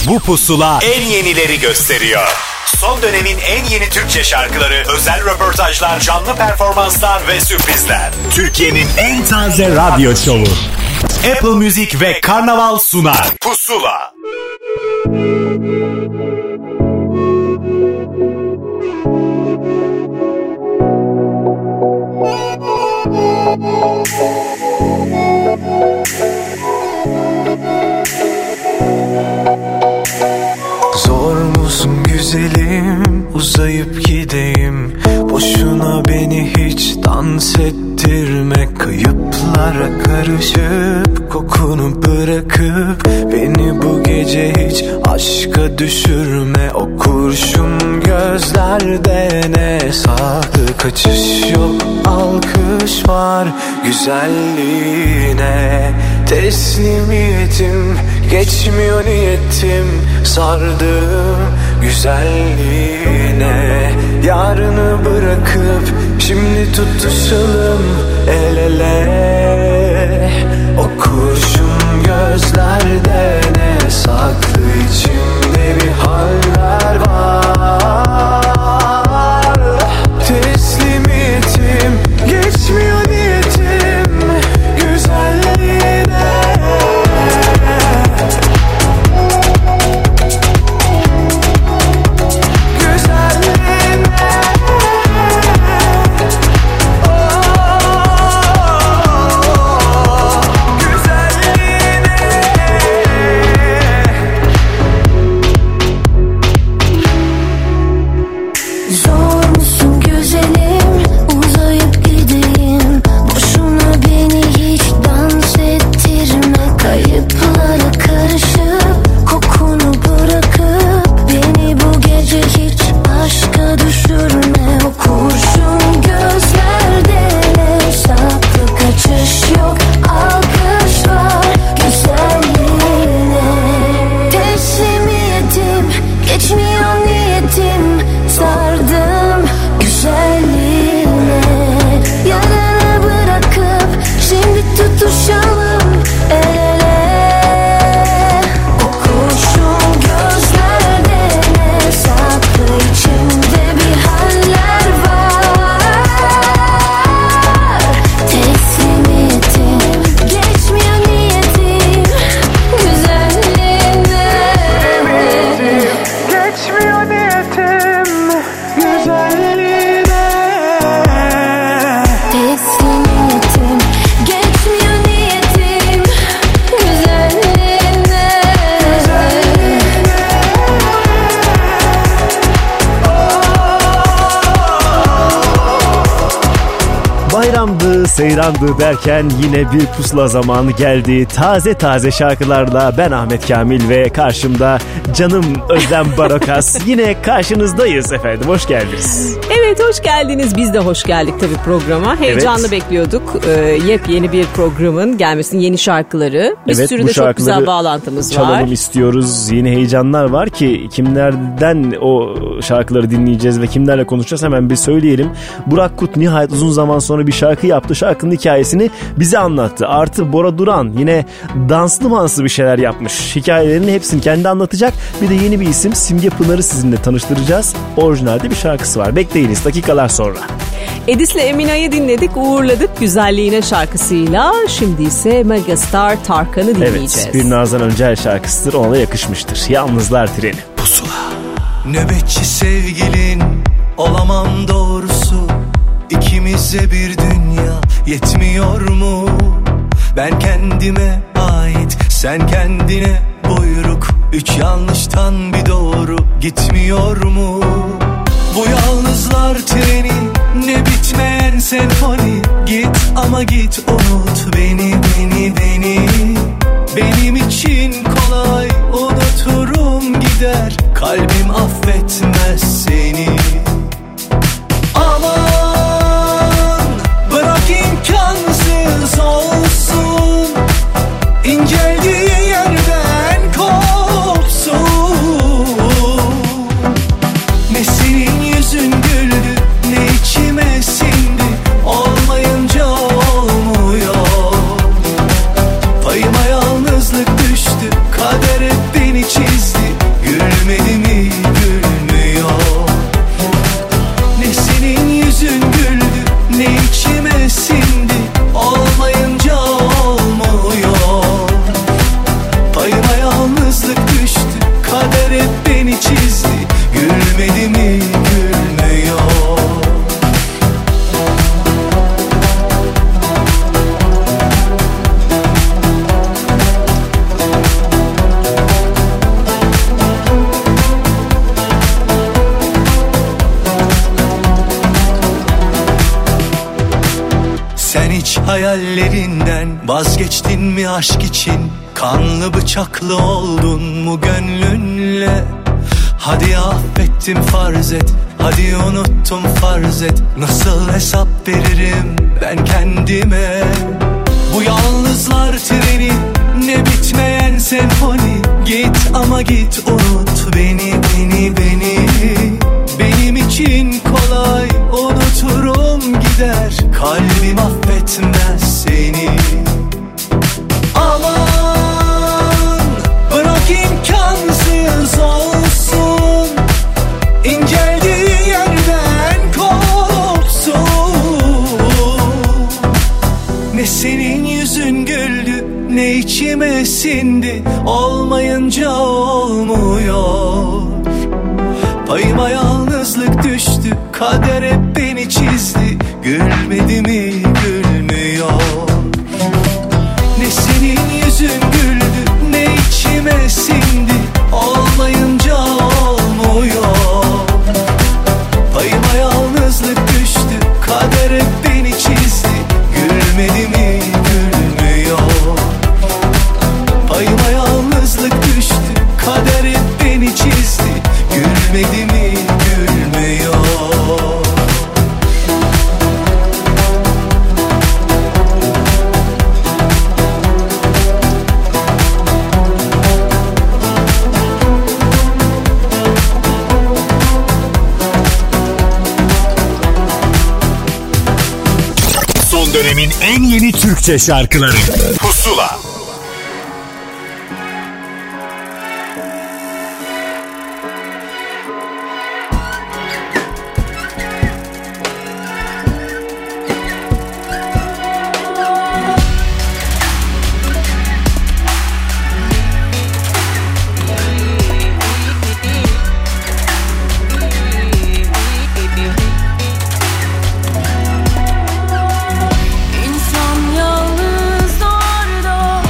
Bu pusula en yenileri gösteriyor. Son dönemin en yeni Türkçe şarkıları, özel röportajlar, canlı performanslar ve sürprizler. Türkiye'nin en taze radyo şovu. Apple Music ve Karnaval sunar. Pusula. Zor musun güzelim, uzayıp gideyim. Boşuna beni hiç dans ettirme. Kayıplara karışıp kokunu bırakıp beni bu gece hiç aşka düşürme. O kurşun gözlerde ne saklı kaçış yok, alkış var güzelliğine. Teslimiyetim geçmiyor niyetim, sardım güzelliğine. Yarını bırakıp şimdi tutuşalım el ele. O kurşun gözlerde ne saklı, içimde bir haller var. Teslimiyetim geçmiyor niyetim güzelliğine. Seyrandı derken yine bir pusula zamanı geldi. Taze taze şarkılarla ben Ahmet Kamil ve karşımda canım Özlem Barakas. Yine karşınızdayız efendim. Hoş geldiniz. Evet, hoş geldiniz. Biz de hoş geldik tabii programa. Heyecanla bekliyorduk. Yepyeni bir programın gelmesinin, yeni şarkıları. Bir sürü de çok güzel bağlantımız var. Çalalım istiyoruz. Yeni heyecanlar var ki kimlerden o şarkıları dinleyeceğiz ve kimlerle konuşacağız hemen bir söyleyelim. Burak Kut nihayet uzun zaman sonra bir şarkı yaptı. Şarkının hikayesini bize anlattı. Artı Bora Duran yine danslı manslı bir şeyler yapmış. Hikayelerinin hepsini kendi anlatacak. Bir de yeni bir isim Simge Pınar'ı sizinle tanıştıracağız. Orijinalde bir şarkısı var. Bekleyiniz dakikalar sonra. Edis'le Emine'yi dinledik, uğurladık güzelliğine şarkısıyla. Şimdi ise Megastar Tarkan'ı dinleyeceğiz. Evet, bir Nazan Öncel şarkısıdır. Ona da yakışmıştır. Yalnızlar Treni. Pusula. Nöbetçi sevgilin olamam doğrusu. İkimize bir dünya yetmiyor mu? Ben kendime ait, sen kendine buyruk. 3 yanlıştan bir doğru gitmiyor mu? Bu yalnızlar treni, ne bitmeyen senfoni. Git ama git, unut beni, beni, beni. Benim için kolay, unuturum gider. Kalbim affetmez seni. Aman bırak imkansız olsun, inceldiği yerden kopsun. Ne senin yüzün güldü, ne içime sindi. Olmayınca olmuyor. Payıma yalnızlık düştü, kader hep beni çizdi. Hayallerinden vazgeçtin mi aşk için? Kanlı bıçaklı oldun mu gönlünle? Hadi affettim farz et, hadi unuttum farz et. Nasıl hesap veririm ben kendime? Bu yalnızlar treni, ne bitmeyen senfoni. Git ama git, unut beni, beni, beni. Benim için kolay, unuturum gider. Kalbim affetmez seni. Aman bırak imkansız olsun, İnceldiği yerden kopsun. Ne senin yüzün güldü, ne içime sindi. Olmayınca olmuyor. Payıma yalnızlık düştü, kader hep beni çizdi. Gülmedi mi gülmüyor. Ne senin yüzün güldü, ne içime sindi. Olmayınca olmuyor. Payıma yalnızlık düştü, kader hep beni çizdi. Gülmedi mi gülmüyor. Payıma yalnızlık düştü, kader hep beni çizdi. Gülmedi mi gülmüyor. Son dönemin en yeni Türkçe şarkıları Pusula. İnsan yalnızlarda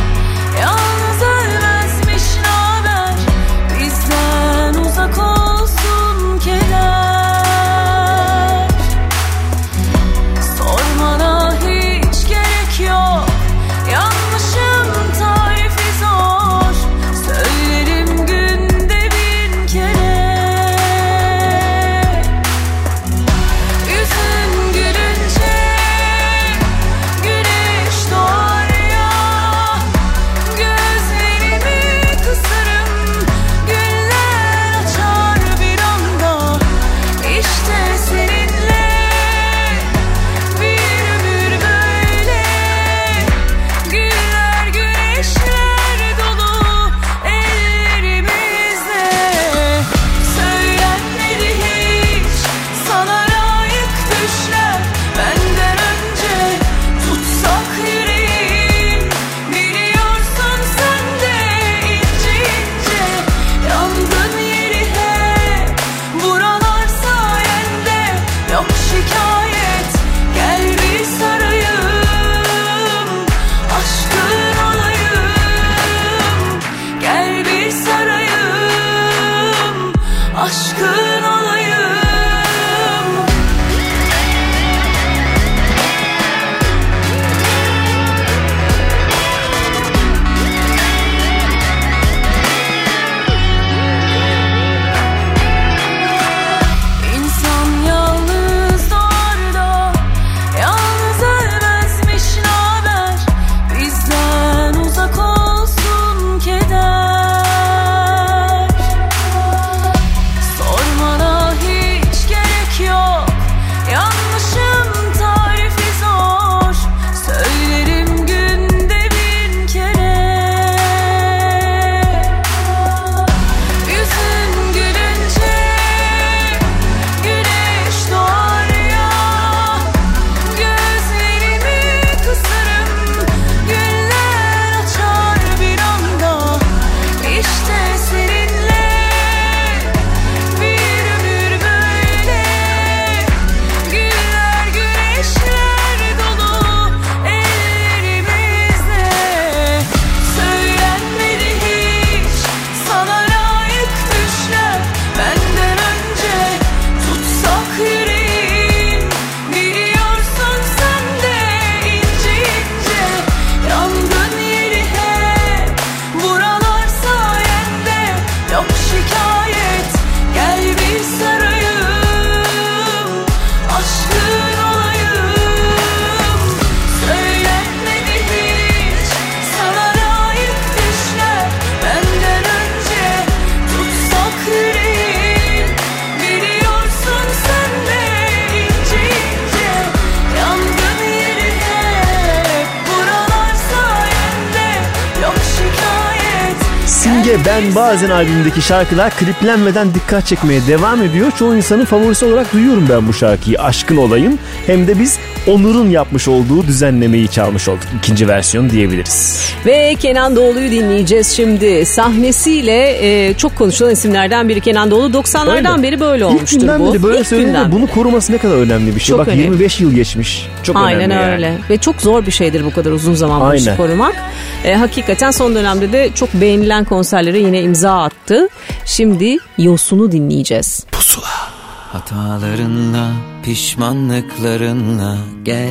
şikayet. Gel bir sarayım, aşkın olayım. Söylenmedi hiç sana layık düşler. Benden önce tutsak yüreğin, biliyorsun sen de ince ince yangın yeri hep buralar sayende. Yok şikayet. Simge Ben Bazen albümündeki şarkılar kliplenmeden dikkat çekmeye devam ediyor. Çoğu insanın favorisi olarak duyuyorum ben bu şarkıyı. Aşkın Olayım. Hem de biz Onur'un yapmış olduğu düzenlemeyi çalmış olduk. İkinci versiyon diyebiliriz. Ve Kenan Doğulu'yu dinleyeceğiz şimdi. Sahnesiyle çok konuşulan isimlerden biri Kenan Doğulu. 90'lardan beri böyle olmuştur bu. İlk günden beri böyle söyleniyor. Bunu koruması ne kadar önemli bir şey. Çok bak önemli. 25 yıl geçmiş. Çok aynen önemli yani. Öyle. Ve çok zor bir şeydir bu kadar uzun zaman bu işi korumak. Hakikaten son dönemde de çok beğenilen konserlere yine imza attı. Şimdi Yosun'u dinleyeceğiz. Pusula. Hatalarınla, pişmanlıklarınla gel.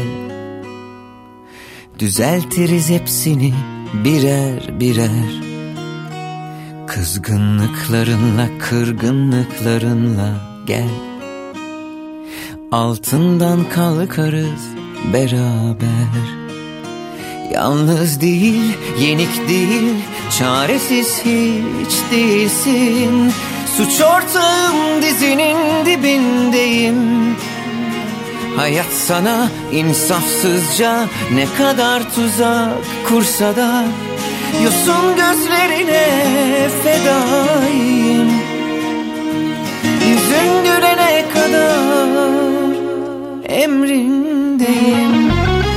Düzeltiriz hepsini birer birer. Kızgınlıklarınla, kırgınlıklarınla gel. Altından kalkarız beraber. Yalnız değil, yenik değil, çaresiz hiç değilsin. Suç ortağım, dizinin dibindeyim. Hayat sana insafsızca ne kadar tuzak kursa da yosun gözlerine fedayım. Yüzün gülene kadar emrindeyim.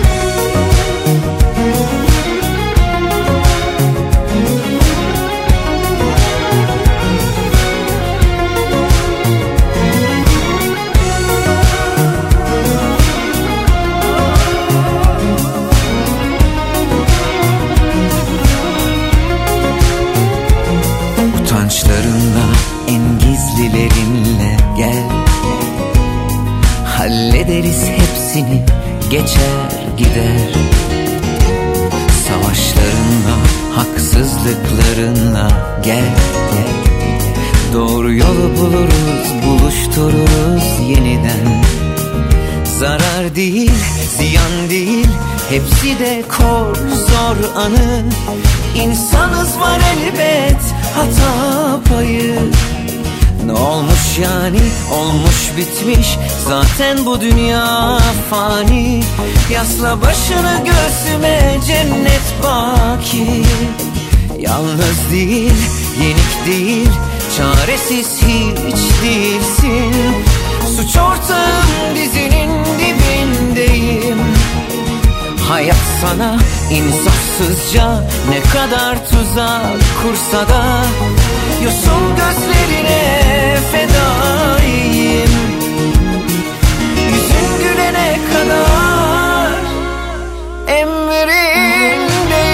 Utançlarınla, en gizlilerinle gel. Hallederiz hepsini, geçer gider. Savaşlarınla, haksızlıklarınla gel. Doğru yolu buluruz, buluştururuz yeniden. Zarar değil, ziyan değil, hepsi de kor zor anı. İnsanız var elbet hata payı. Ne olmuş yani, olmuş bitmiş, zaten bu dünya fani. Yasla başını göğsüme, cennet baki. Yalnız değil, yenik değil, çaresiz hiç değilsin. Suç ortağım, dizinin dibindeyim. Hayat sana insafsızca ne kadar tuzak kursa da yosun gözlerine fedayım. Yüzün gülene kadar emrindeyim.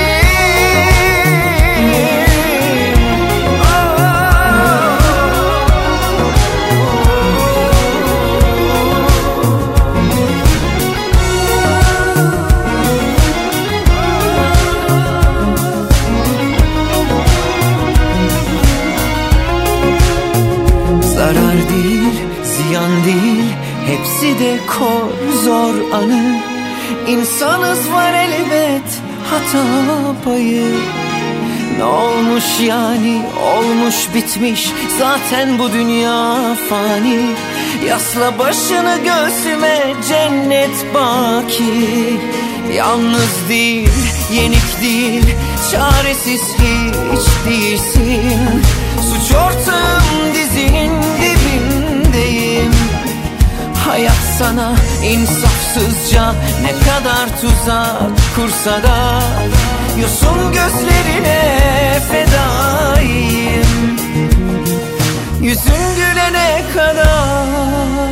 Zarar değil, ziyan değil, hepsi de kor zor anı. İnsanız var elbet hata payı. Ne olmuş yani, olmuş bitmiş, zaten bu dünya fani. Yasla başını göğsüme, cennet baki. Yalnız değil, yenik değil, çaresiz hiç değilsin. Suç ortağım, dizinin dibindeyim. Hayat sana insafsızca ne kadar tuzak kursa da yosun gözlerine fedayım. Yüzün gülene kadar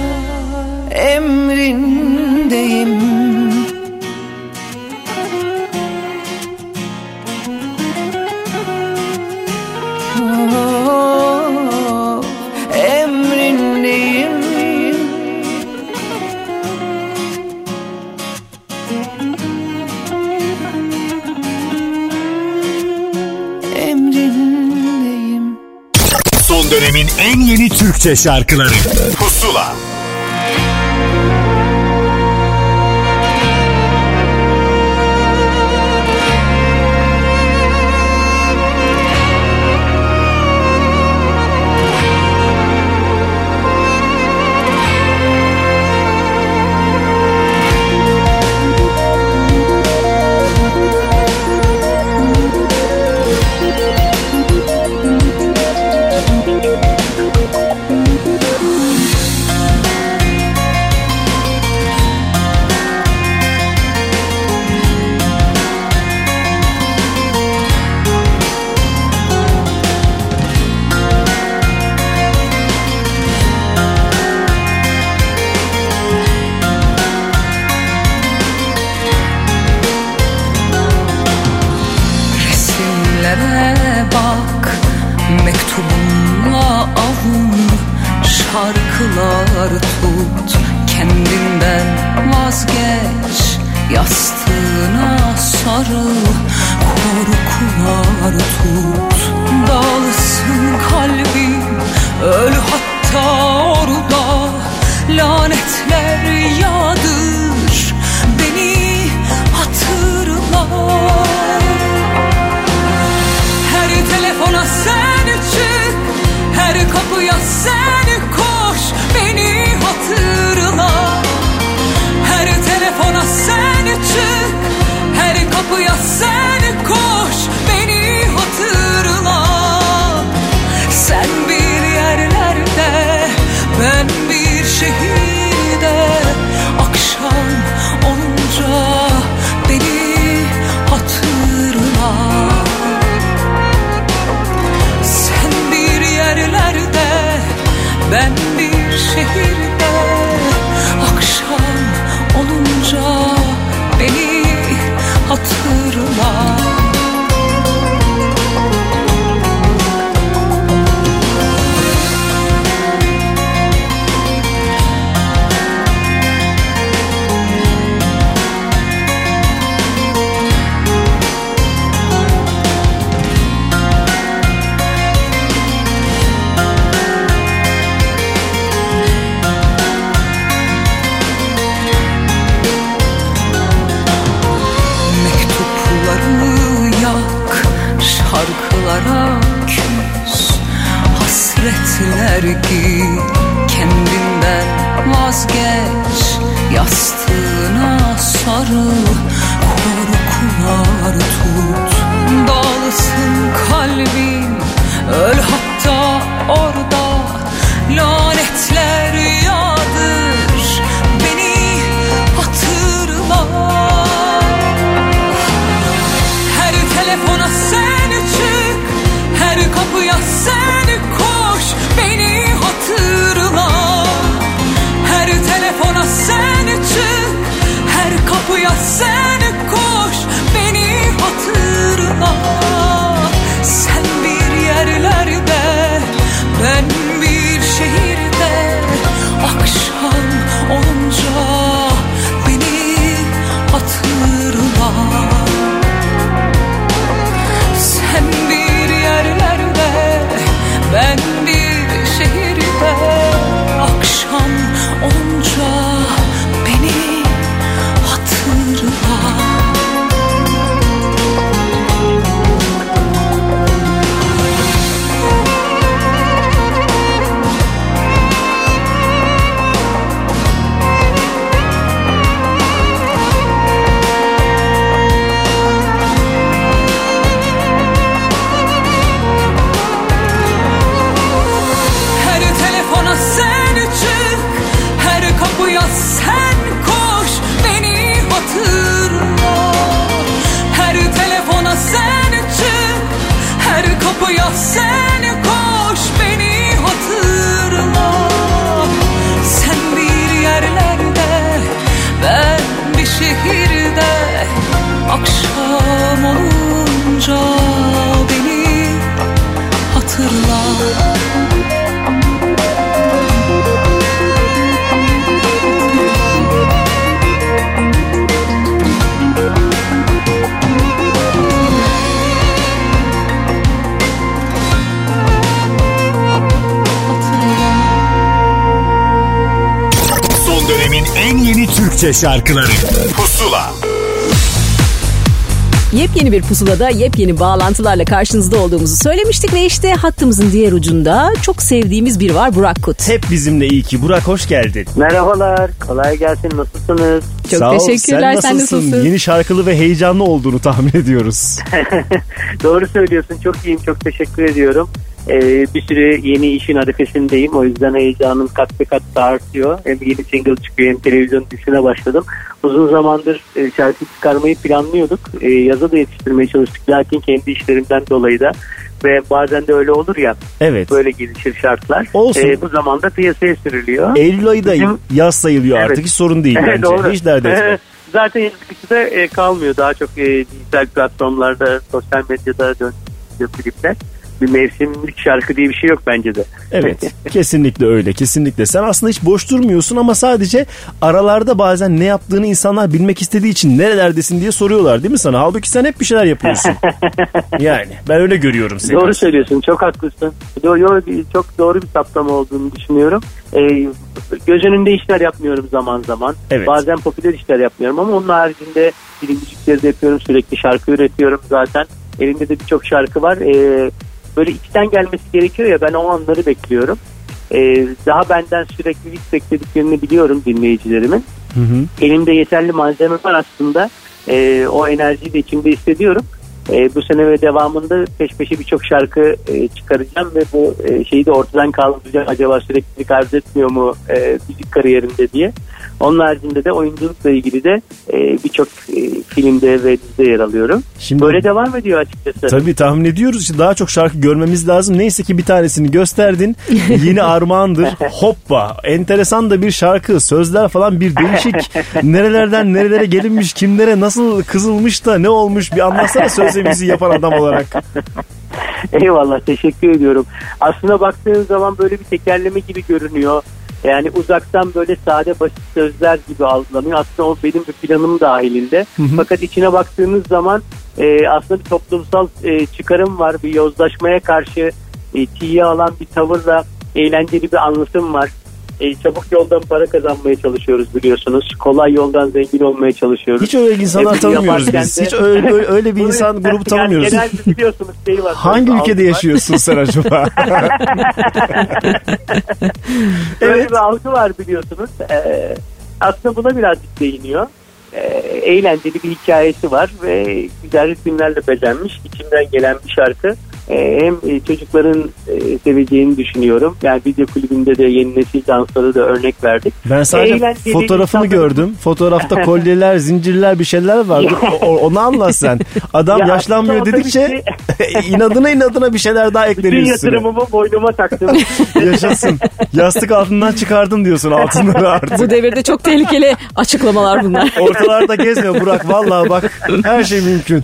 emrindeyim. Emrindeyim. Emrindeyim. Son dönemin en yeni Türkçe şarkıları Pusula. Şarkılar tut, kendinden vazgeç, yastığına sarıl, korkular tut. Dağılsın kalbim, öl hatta orada, lanetler yağdır, beni hatırla. Her telefona sen çık, her kapıya sen koş, beni hatırla. Her telefona sen çık, her kapıya sen koş, beni hatırla. Sen bir yerlerde, ben bir şehirde, akşam olunca beni hatırla. Sen bir yerlerde, ben bir şehirde, akşam olunca beni hatırla. Şarkılara küs, hasretler giy, kendinden vazgeç, yastığına sarıl, korkular tut. Dağılsın kalbim, öl hatta orada, lanetler yağdır, beni hatırla. Her telefona sen çık, her kapıya sen koş, beni hatırla. Her telefona sen çık, her kapıya sen koş, beni hatırla. Sen bir yerlerde, ben bir şehirde, akşam olunca beni hatırla. Sen bir yerlerde, ben bir şehirde, akşam olunca beni hatırla. Sen çık, her kapıya sen koş, beni hatırla. Her telefona sen çık, her kapıya sen koş, beni hatırla. Sen bir yerlerde, ben bir şehirde, akşam olunca beni hatırla. en yeni Türkçe şarkıları Pusula. Yepyeni bir pusulada yepyeni bağlantılarla karşınızda olduğumuzu söylemiştik ve işte hattımızın diğer ucunda çok sevdiğimiz biri var, Burak Kut. Hep bizimle iyi ki. Burak hoş geldin. Merhabalar, kolay gelsin, nasılsınız? Çok Sağ ol, teşekkürler, sen nasılsın? Yeni şarkılı ve heyecanlı olduğunu tahmin ediyoruz. Doğru söylüyorsun, çok iyiyim, çok teşekkür ediyorum. Bir sürü yeni işin arifesindeyim, o yüzden heyecanım kat be kat da artıyor. Hem yeni single çıkıyor hem televizyon dizisine başladım. Uzun zamandır şarkı çıkarmayı planlıyorduk, yaza da yetiştirmeye çalıştık, lakin kendi işlerimden dolayı da ve bazen de öyle olur ya, evet, böyle gelişir şartlar. Olsun. Bu zamanda piyasaya sürülüyor. Eylül ayı da yaz sayılıyor artık, Evet. hiç sorun değil bence. Doğru. Hiç dert etme. Zaten yazıkçı da kalmıyor. Daha çok dijital platformlarda, sosyal medyada dönüyor klipler. Bir mevsimlik şarkı diye bir şey yok bence de. Evet, kesinlikle öyle, kesinlikle. Sen aslında hiç boş durmuyorsun ama sadece aralarda bazen ne yaptığını insanlar bilmek istediği için nerelerdesin diye soruyorlar değil mi sana? Halbuki sen hep bir şeyler yapıyorsun. Yani ben öyle görüyorum seni. Doğru söylüyorsun, çok haklısın. Çok doğru bir saptama olduğunu düşünüyorum. Göz önünde işler yapmıyorum zaman zaman. Evet. Bazen popüler işler yapmıyorum ama onun haricinde film müzikleri de yapıyorum. Sürekli şarkı üretiyorum zaten. Elimde de birçok şarkı var. Böyle içten gelmesi gerekiyor ya, ben o anları bekliyorum. Daha benden sürekli hiç beklediklerini biliyorum dinleyicilerimin. Hı hı. Elimde yeterli malzeme var aslında. O enerjiyi de içimde hissediyorum. Bu sene ve devamında peş peşe birçok şarkı çıkaracağım ve bu şeyi de ortadan kaldıracağım. Acaba sürekli kaybetmiyor mu müzik kariyerinde diye. Onun haricinde de oyunculukla ilgili de birçok filmde ve dizide yer alıyorum. Şimdi, böyle devam ediyor açıkçası. Tabii tahmin ediyoruz. İşte daha çok şarkı görmemiz lazım. Neyse ki bir tanesini gösterdin. Yeni armağandır. Hoppa. Enteresan da bir şarkı. Sözler falan bir değişik. Nerelerden nerelere gelinmiş, kimlere nasıl kızılmış da ne olmuş, bir anlatsana sözlerimizi yapan adam olarak. Eyvallah, teşekkür ediyorum. Aslında baktığın zaman böyle bir tekerleme gibi görünüyor. Yani uzaktan böyle sade basit sözler gibi algılanıyor. Aslında o benim bir planım dahilinde. Hı hı. Fakat içine baktığınız zaman aslında bir toplumsal çıkarım var. Bir yozlaşmaya karşı tiye alan bir tavırla eğlenceli bir anlatım var. Çabuk yoldan para kazanmaya çalışıyoruz biliyorsunuz. Kolay yoldan zengin olmaya çalışıyoruz. Hiç öyle insanlar tanımıyoruz biz. Hiç öyle bir insan grubu tanımıyoruz. Yani genelde biliyorsunuz şeyi var. Hangi ülkede yaşıyorsun sen acaba? Böyle Evet. bir algı var biliyorsunuz. Aslında buna birazcık değiniyor. Eğlenceli bir hikayesi var ve güzel ritimlerle bezenmiş, içimden gelen bir şarkı. Hem çocukların seveceğini düşünüyorum. Yani video klibinde de yeni nesil dansları da örnek verdik. Ben sadece Eğlenceli fotoğrafını insanların... gördüm. Fotoğrafta kolyeler, zincirler, bir şeyler vardı. Onu anlat sen. Adam Ya yaşlanmıyor dedikçe inadına bir şeyler daha eklenir bütün üstüne. yatırımımı boynuma taktım. Yaşasın. Yastık altından çıkardım diyorsun altınları artık. Bu devirde çok tehlikeli açıklamalar bunlar. Ortalarda gezme Burak. Vallahi bak, her şey mümkün.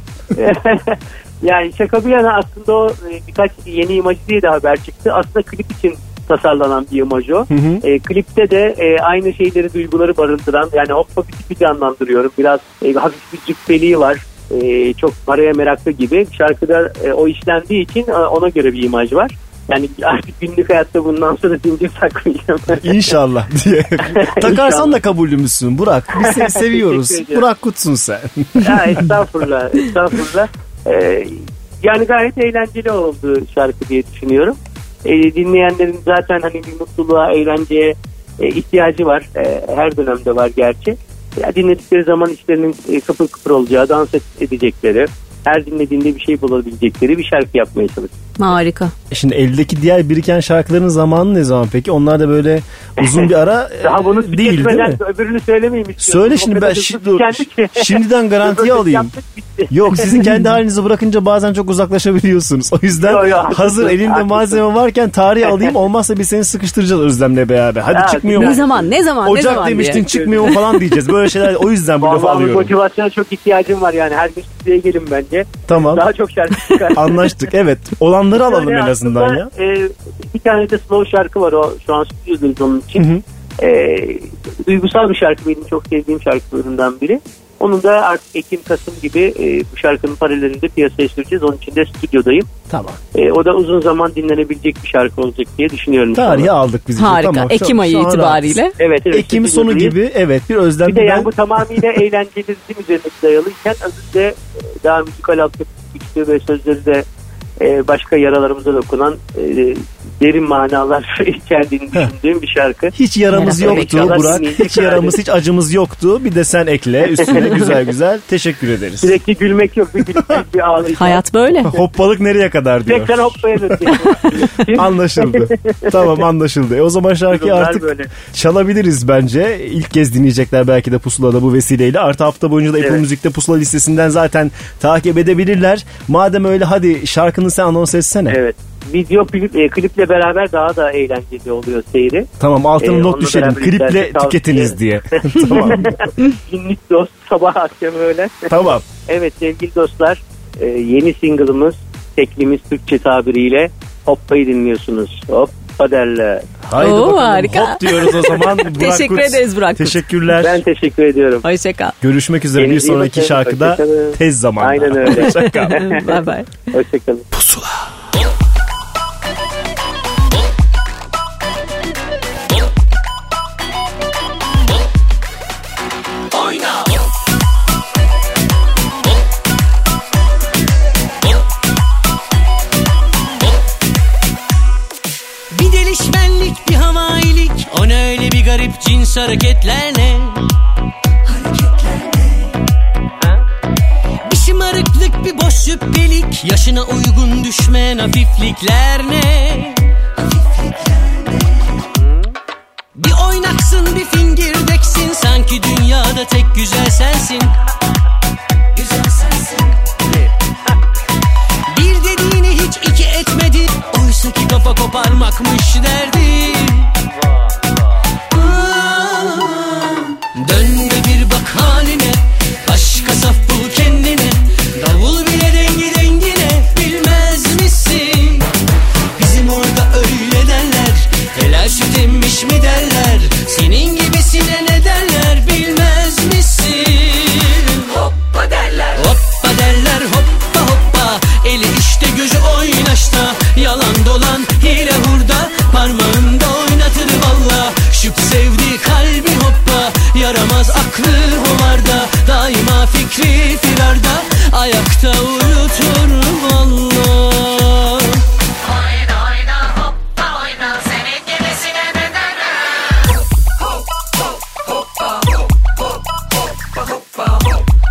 Yani şaka bir yana aslında o birkaç yeni imajı diye de haber çıktı. Aslında klip için tasarlanan bir imaj o. Hı hı. Klipte de aynı şeyleri, duyguları barındıran, yani hoppa bir tipi canlandırıyorum. Biraz hafif bir cübbeliği var. Çok paraya meraklı gibi. Şarkıda o işlendiği için ona göre bir imaj var. Yani artık günlük hayatta bundan sonra zincir takmayacağım. İnşallah diye. Takarsan da kabulümüzsün Burak. Biz seni seviyoruz. Burak Kutsun sen. Ya, estağfurullah. Yani gayet eğlenceli oldu şarkı diye düşünüyorum. Dinleyenlerin zaten hani bir mutluluğa, eğlenceye ihtiyacı var. Her dönemde var gerçi. Ya, dinledikleri zaman içlerinin kıpır kıpır olacağı, dans edecekleri, her dinlediğinde bir şey bulabilecekleri bir şarkı yapmaya çalışıyorum. Harika. Şimdi eldeki diğer biriken şarkıların zamanı ne zaman peki? Onlar da böyle uzun bir ara daha bunu değil mi? Öbürünü söylemeyeyim istiyorum. Söyle şimdi, ben şimdiden garantiye alayım. Yok, sizin kendi halinizi bırakınca bazen çok uzaklaşabiliyorsunuz. O yüzden hazır elimde malzeme varken tarihi alayım, olmazsa biz seni sıkıştıracağız Özlem'le beraber. Hadi çıkmıyor mu? Ne zaman Ocak demiştin diye. Çıkmıyor mu falan diyeceğiz. Böyle şeyler, o yüzden bu lafı Vallahi alıyorum. motivasyona çok ihtiyacım var yani. Her gün size gelin bence. Tamam. Daha çok şarkı çıkar. Anlaştık, evet. Olanları alalım en azından ya. Bir tane de slow şarkı var, o şu an stüdyodayız onun için. Hı hı. Duygusal bir şarkı, benim çok sevdiğim şarkılarından biri. Onun da artık Ekim-Kasım gibi bu şarkının paralelinde piyasaya süreceğiz. Onun için de stüdyodayım. Tamam. O da uzun zaman dinlenebilecek bir şarkı olacak diye düşünüyorum. Tarihi aldık biz. Harika. Tamam, Ekim ayı itibariyle. Evet. Ekim sonu gibi bir özlem. Bir de yani bu tamamıyla eğlenceli ritim üzerine dayalıyken özünde daha müzikal altyapısı ve sözleri de başka yaralarımıza dokunan derin manalar içerdiğini düşündüğüm bir şarkı. Hiç yaramız yoktu Burak. Hiç yaramız, hiç acımız yoktu. Bir de sen ekle üstüne güzel. Teşekkür ederiz. Sürekli gülmek yok. Bir ağlayış. Hayat böyle. Hoppalık nereye kadar diyor. Tekrar hoppaya dönüyor. Anlaşıldı. Tamam, anlaşıldı. O zaman şarkıyı artık böyle çalabiliriz bence. İlk kez dinleyecekler belki de Pusula'da bu vesileyle. Artı hafta boyunca da Apple Müzik'te Pusula listesinden zaten takip edebilirler. Madem öyle, hadi şarkını sen anons etsene. Evet. Video kliple beraber daha da eğlenceli oluyor seyri. Tamam, altını not düşelim. Kliple tüketiniz diye. Tamam. Günlük dost, sabah akşam öyle. Tamam. Evet sevgili dostlar, yeni single'ımız, teklimiz Türkçe tabiriyle Hoppa'yı dinliyorsunuz. Hoppa derler. Haydi bakalım, harika. hop diyoruz o zaman. Teşekkür ederiz Burak Kut. Teşekkürler. Ben teşekkür ediyorum. Hoşçakal. Görüşmek üzere Yeni bir sonraki şarkıda tez zamanda. Aynen öyle. Hoşçakal. Bye bye. Hoşçakalın. Pusula. Bir delişmenlik, bir havailik, o ne öyle bir garip cins hareketlerle. Bir şımarıklık, bir boş şüphelik, yaşına uygun düşmeyen hafiflikler ne? Bir oynaksın, bir fingirdeksin, sanki dünyada tek güzel sensin. Bir dediğini hiç iki etmedi, oysa ki kafa koparmakmış derdi. Dön de bir bak haline, başka saf bul kendine, davul bile dengi dengine, bilmez misin? Bizim orada öyle derler, helal süt emmiş mi derler, senin gibisine ne derler, bilmez misin? Hoppa derler, hoppa derler, hoppa hoppa, eli işte gözü oynaşta, yalan dolan hile hurda, parmağında oynatır valla. Şıp sevdi kalbi hoppa, yaramaz aklı hovarda, daima fikri firarda, ayakta uyutur valla. Oyna oyna hoppa oyna, senin gibisine ne derler? Hoppa hoppa hoppa hoppa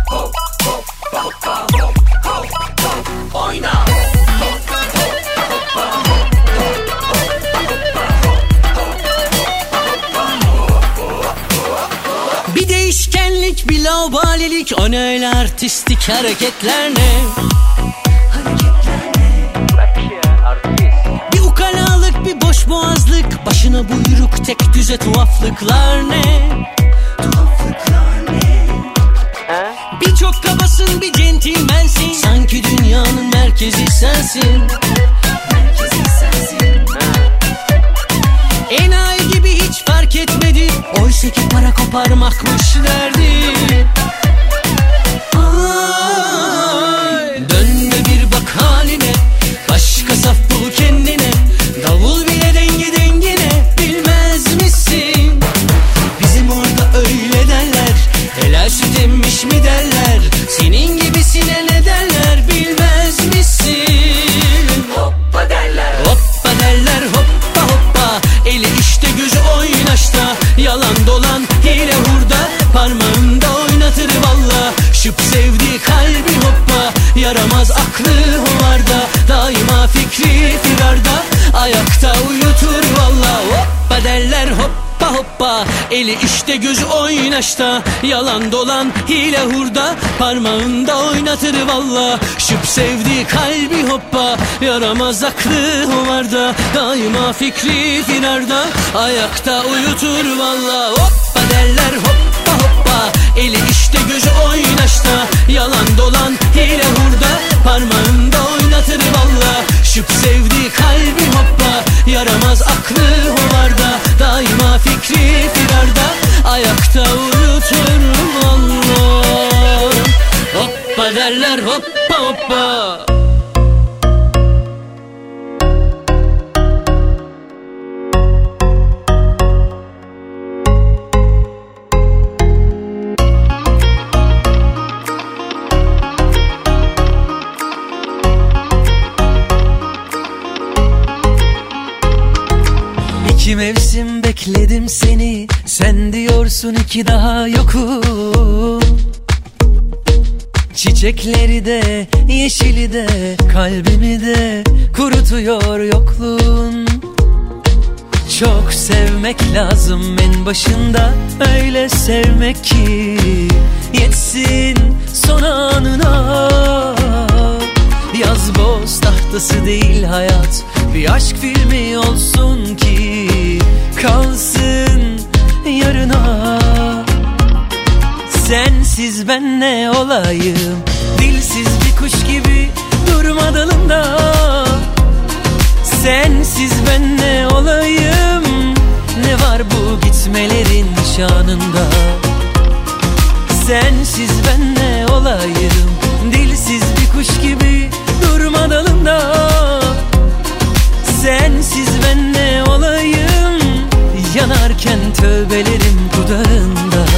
hoppa hoppa oyna. Bir değişkenlik, bir laubalilik, o ne öyle artistik hareketler ne? Bir ukalalık, bir boş boğazlık, başına buyruk tek düze tuhaflıklar ne? Birçok kabasın, bir centilmensin, sanki dünyanın merkezi sensin. Enayi gibi hiç fark etmedi, oysa ki para koparmakmış derdi. Dön de bir bak haline, başka saf bul kendine, davul bile dengi dengine, bilmez misin? Bizim orada öyle derler, helal süt emmiş mi derler, senin gibisine ne derler, bilmez misin? Hoppa derler, hoppa derler, hoppa hoppa, eli işte gözü oynaşta, yalan dolan hile hurda, parmağında oynatır valla. Şıp sevdi kalbi hoppa, yaramaz aklı hovarda, daima fikri firarda, ayakta uyutur valla. Hoppa derler hoppa hoppa, eli işte gözü oynaşta, yalan dolan hile hurda, parmağında oynatır valla. Şıp sevdi kalbi hoppa, yaramaz aklı hovarda, daima fikri firarda, ayakta uyutur valla. Hoppa derler hoppa hoppa, eli işte gözü oynaşta, yalan dolan hile hurda, parmağında oynatır valla. Şıp sevdi kalbi hoppa, yaramaz aklı hovarda, daima fikri firarda, ayakta uyutur valla. hoppa. İki mevsim bekledim seni, sen diyorsun iki daha yokum. Çiçekleri de, yeşili de, kalbimi de kurutuyor yokluğun. Çok sevmek lazım en başında, öyle sevmek ki yetsin son anına. Yaz boz tahtası değil hayat, bir aşk filmi olsun ki kalsın yarına. Sensiz ben ne olayım, dilsiz bir kuş gibi durma dalında. Sensiz ben ne olayım, ne var bu gitmelerin şanında. Sensiz ben ne olayım, dilsiz bir kuş gibi durma dalında. Sensiz ben ne olayım, yanarken tövbelerim dudağında.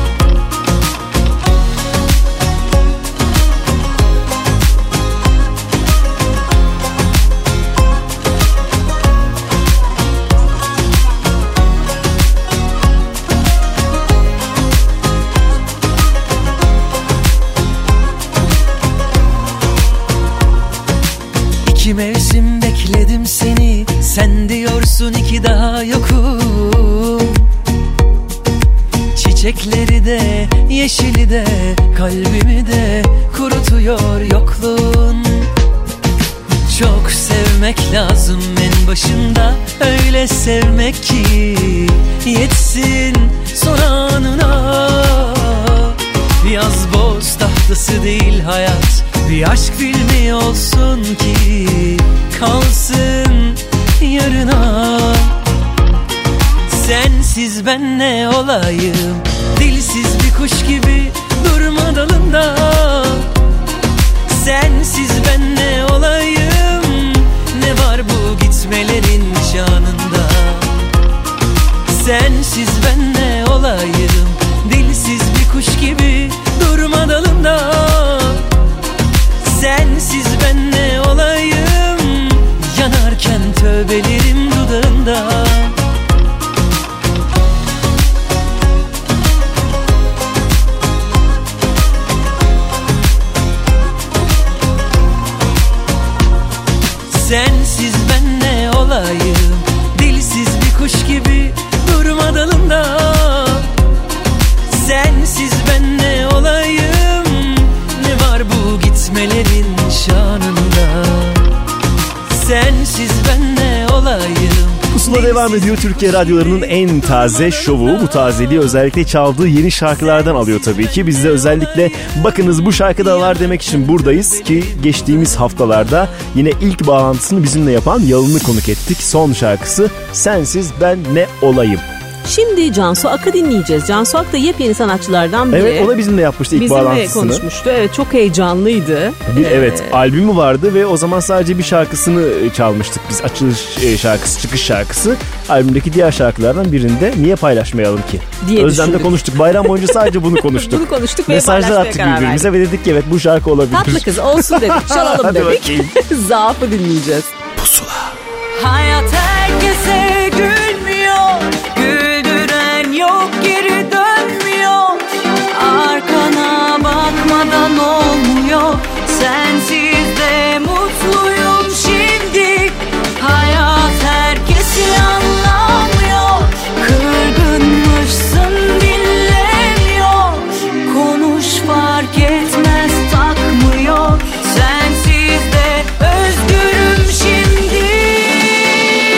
İki mevsim bekledim seni, sen diyorsun iki daha yokum. Çiçekleri de, yeşili de, kalbimi de kurutuyor yokluğun. Çok sevmek lazım en başında, öyle sevmek ki yetsin son anına. Yaz boz tahtası değil hayat, bir aşk filmi olsun ki kalsın yarına. Sensiz ben ne olayım, dilsiz bir kuş gibi durma dalında. Sensiz ben ne olayım, ne var bu gitmelerin şanında. Sensiz ben ne olayım, dilsiz bir kuş gibi durma dalında. Sensiz ben ne olayım, yanarken tövbelerim dudağında. Sensiz ben ne olayım, dilsiz bir kuş gibi durma dalında. Sensiz ben ne olayım, ne var bu gitmelerin şanında. Sensiz ben ne olayım. Pusula devam ediyor. Türkiye radyolarının en taze şovu. Bu tazeliği özellikle çaldığı yeni şarkılardan alıyor tabii ki. Biz de özellikle bakınız bu şarkıda var demek için buradayız ki geçtiğimiz haftalarda yine ilk bağlantısını bizimle yapan Yalın'ı konuk ettik. Son şarkısı Sensiz Ben Ne Olayım. Şimdi Cansu Ak'ı dinleyeceğiz. Cansu Ak da yepyeni sanatçılardan biri. Evet, o da bizimle yapmıştı ilk bağlantısını. Bizimle konuşmuştu. Evet, çok heyecanlıydı. Evet, albümü vardı ve o zaman sadece bir şarkısını çalmıştık biz. Açılış şarkısı, çıkış şarkısı. Albümdeki diğer şarkılardan birinde niye paylaşmayalım ki? Özlem'le konuştuk. Bayram boyunca sadece bunu konuştuk. Bunu konuştuk ve mesajlar attık birbirimize ve dedik ki evet bu şarkı olabilir. Tatlı kız olsun dedik, çalalım dedik. Zaafı dinleyeceğiz. Pusula. Hayat herkese gülmüyor, güldüren yok, geri dönmüyor. Arkana bakmadan olmuyor, sensiz de mutluyum şimdi. Hayat herkesi anlamıyor, kırgınmışsın dinlemiyor. Konuş fark etmez takmıyor, sensiz de özgürüm şimdi.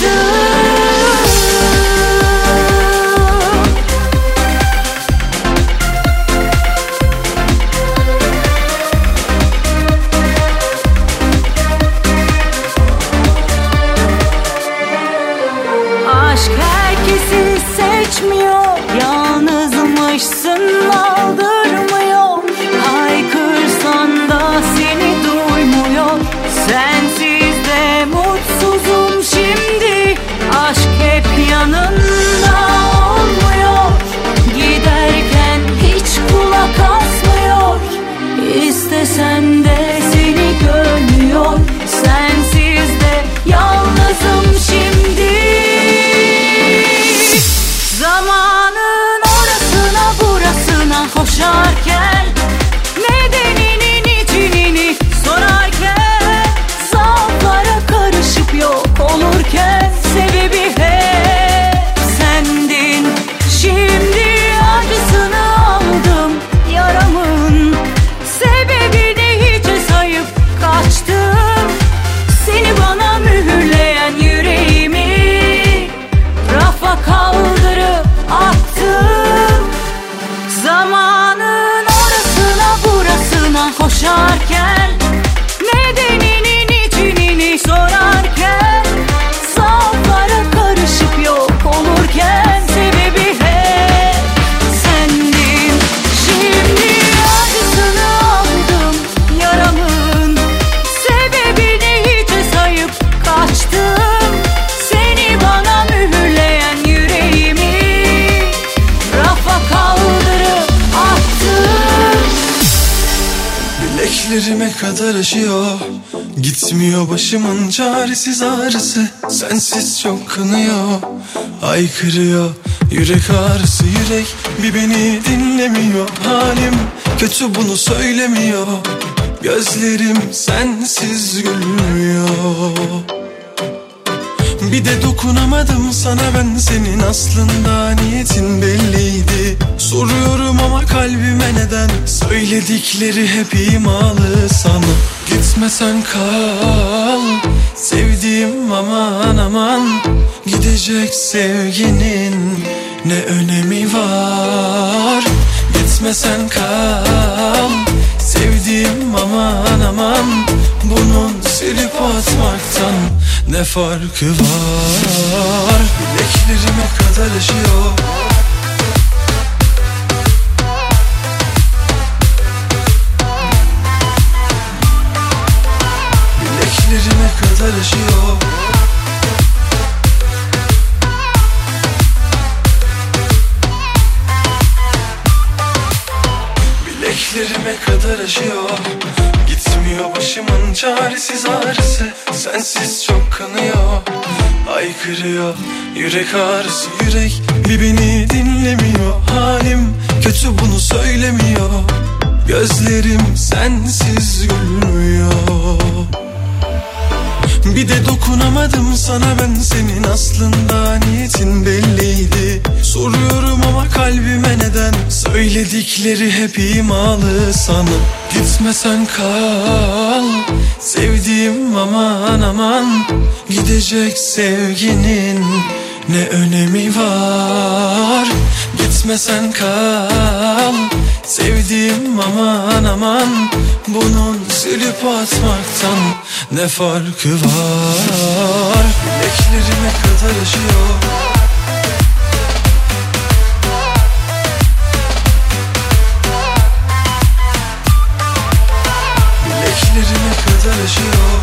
Sen de seni görmüyor, sensiz de yalnızım şimdi. Zamanın orasına burasına koşarken, nedenini niçinini sorarken, zaaflara karışıp yok olurken, sebebi hep sendin. Şimdi acısını aldım yaramın, sebebini hiçe sayıp kaçtım. Seni bana mühürleyen yüreğimi rafa kaldırıp attım. Zamanın orasına burasına koşarken, nedenini niçinini sorarken, zaaflara karışıp yok olurken, sebebi hep sendin. Şimdi acısını aldım yaramın, sebebini hiçe sayıp kaçtım. Seni bana mühürleyen yüreğimi rafa kaldırıp attım. Bileklerime kadar aşıyor, gitmiyor başımın çaresiz ağrısı. Sensiz çok kanıyor, haykırıyor yürek ağrısı. Yürek bir beni dinlemiyor, halim kötü bunu söylemiyor. Gözlerim sensiz gülmüyor. Bir de dokunamadım sana ben, senin aslında niyetin belliydi. Soruyorum ama kalbime neden, söyledikleri hep imalı sana. Gitmesen kal sevdiğim, aman aman. Gidecek sevginin ne önemi var. Gitmesen kal sevdiğim, aman aman. Bunun silip atmaktan ne farkı var. Bileklerime kadar aşıyor, bileklerime kadar aşıyor. Bileklerime kadar aşıyor, gitmiyor başımın çaresiz ağrısı. Sensiz çok kanıyor, haykırıyor yürek ağrısı. Yürek bir beni dinlemiyor, halim kötü bunu söylemiyor. Gözlerim sensiz gülmüyor. Bir de dokunamadım sana ben, senin aslında niyetin belliydi. Soruyorum ama kalbime neden, söyledikleri hep imalı sana. Gitmesen kal sevdiğim, aman aman. Gidecek sevginin ne önemi var. Gitmesen kal sevdiğim, aman aman. Bunun silip atmaktan ne farkı var. Bileklerime kadar aşıyor, bileklerime kadar aşıyor.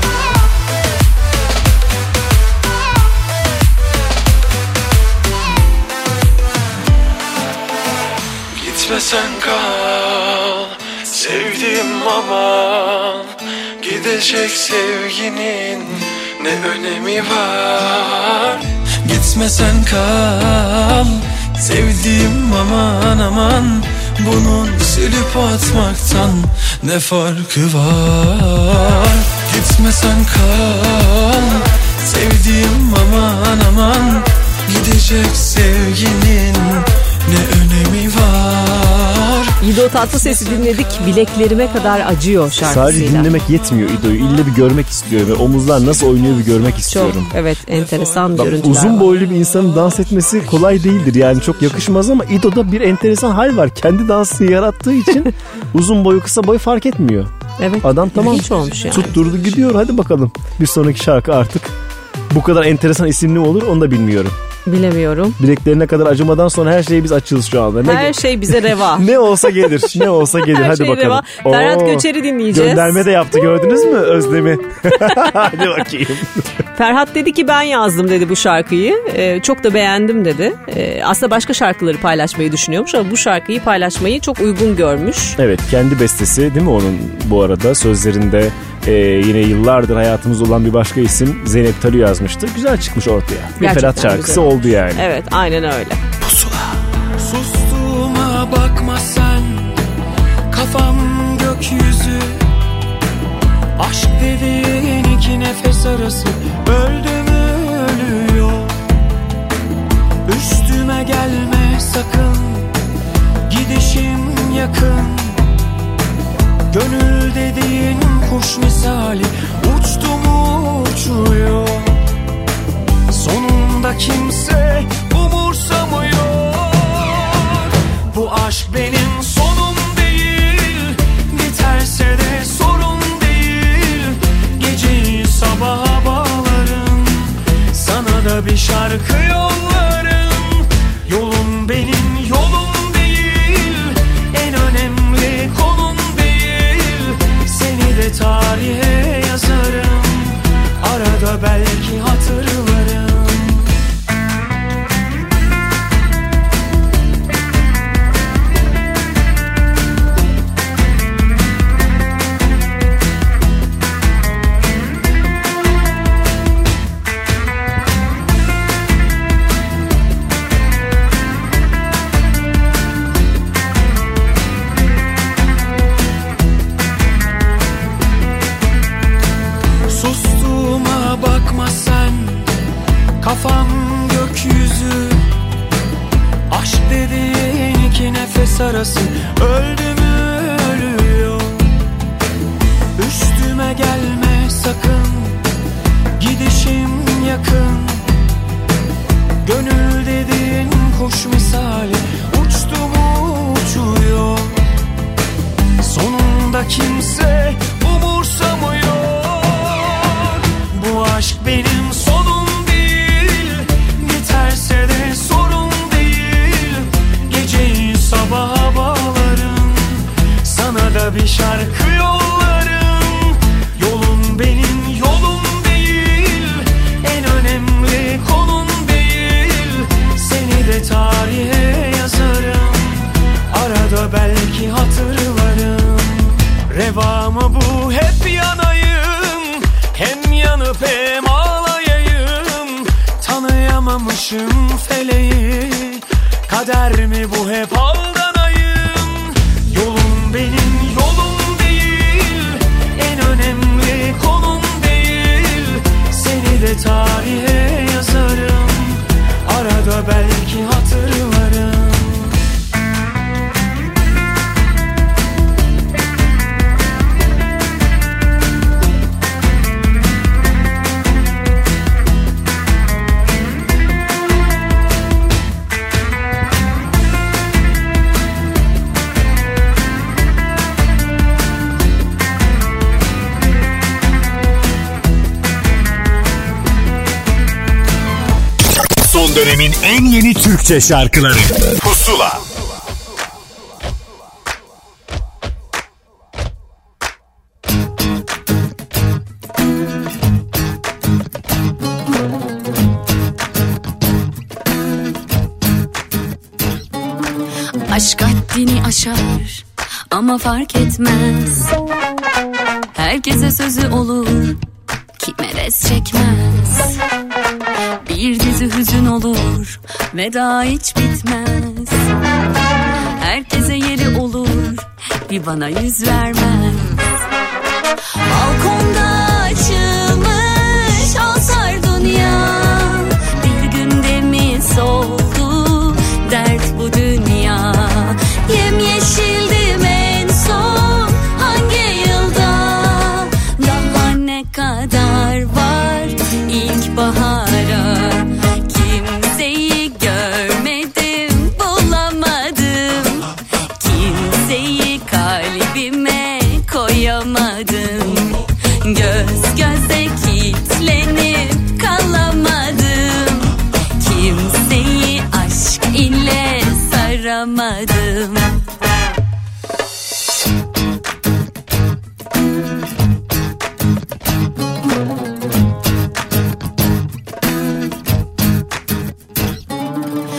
Gitmesen kal sevdiğim, aman. Gidecek sevginin ne önemi var. Gitmesen kal sevdiğim, aman aman. Bunun silip atmaktan ne farkı var. Gitmesen kal sevdiğim, aman aman. Gidecek sevginin ne önemi var. İdo Tatlıses'i dinledik. Bileklerime kadar acıyor şarkısıyla. Sadece dinlemek yetmiyor İdo'yu. İlle bir görmek istiyorum. Ve omuzlar nasıl oynuyor bir görmek istiyorum. Çok, evet, enteresan görüntüler uzun var. boylu bir insanın dans etmesi kolay değildir. Yani çok yakışmaz ama İdo'da bir enteresan hal var. Kendi dansını yarattığı için uzun boyu kısa boyu fark etmiyor. Evet. Adam tamam hiç olmuş yani. Tutturdu gidiyor, hadi bakalım. Bir sonraki şarkı artık bu kadar enteresan isimli olur onu da bilmiyorum. Bilemiyorum. Bileklerine kadar acımadan sonra her şeye biz açığız şu anda. Her şey bize reva. Ne olsa gelir. Ne olsa gelir. Her hadi şey bakalım. reva. Ferhat Göçer'i dinleyeceğiz. Gönderme de yaptı, gördünüz mü Özlem'i? Hadi bakayım. Ferhat dedi ki ben yazdım dedi bu şarkıyı. Çok da beğendim dedi. Aslında başka şarkıları paylaşmayı düşünüyormuş ama bu şarkıyı paylaşmayı çok uygun görmüş. Evet, kendi bestesi değil mi onun bu arada? Sözlerinde yine yıllardır hayatımızda olan bir başka isim Zeynep Tarı yazmıştı. Güzel çıkmış ortaya. Bir Ferhat şarkısı oldu yani. Evet, aynen öyle. Pusula. Sustuğuma bakma sen, kafam gökyüzü. Aşk dediğin iki nefes arası, öldüm ölüyor. Üstüme gelme sakın, gidişim yakın. Gönül dediğin kuş misali, uçtu mu uçuyor. Sonunda kimse umursamıyor. Bu aşk benim sonum değil, biterse de sorun değil. Geceyi sabaha bağlarım, sana da bir şarkı yollarım. Yolun benim yolum değil, en önemli konum değil. Seni de tarihe yazarım, arada belki hatırlarım. Kafam gökyüzü, aşk dediğin iki nefes arası, öldüm ölüyor. Üstüme gelme sakın, gidişim yakın. Gönül dediğin kuş misali, uçtu mu uçuyor. Sonunda kimse umursamıyor. Bu aşk benim sonum değil, biterse de sorun değil. Geceyi sabaha bağlarım, sana da bir şarkı yollarım. Yolun benim yolum değil, en önemli konum değil. Seni de tarihe yazarım, arada belki hatırlarım. Reva mı bu hep yanayım, hem yanıp hem ağlayayım. Tanıyamamışım feleği, kader mi bu hep aldanayım. Yolum benim yolum değil, en önemli konum değil. Seni de tarihe yazarım, arada belki hatırlarım. Son dönemin en yeni Türkçe şarkıları Pusula. Aşk haddini aşar ama fark etmez. Herkese sözü olur, kime res çekmez. Bir dizi hüzün olur, veda hiç bitmez. Herkese yeri olur, bir bana yüz vermez. Balkonda açılmış o sardunya, bir günde mi soldu dert bu dünya. Yemyeşildi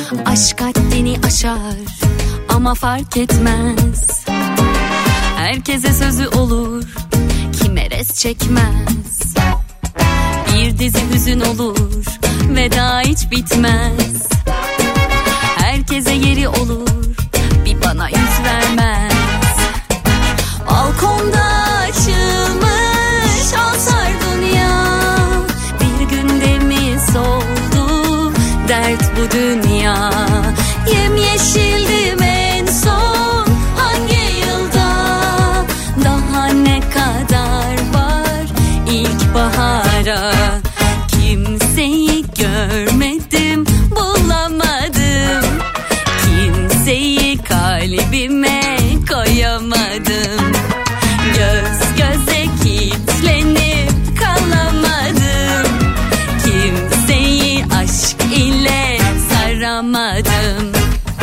Aşk haddini aşar ama fark etmez. Herkese sözü olur, kime res çekmez. Bir dizi hüzün olur, veda hiç bitmez. Herkese yeri olur, bir bana yüz vermez. Balkonda açılmış alsar dünya. Bir günde mi soldu dert bu dünya? Yemyeşildim en son hangi yılda? Daha ne kadar var ilkbahara? Kimseyi görmedim, bulamadım. Kimseyi kalbime koyamadım. Göz göze kilitlenip kalamadım. Kimseyi aşk ile saramadım.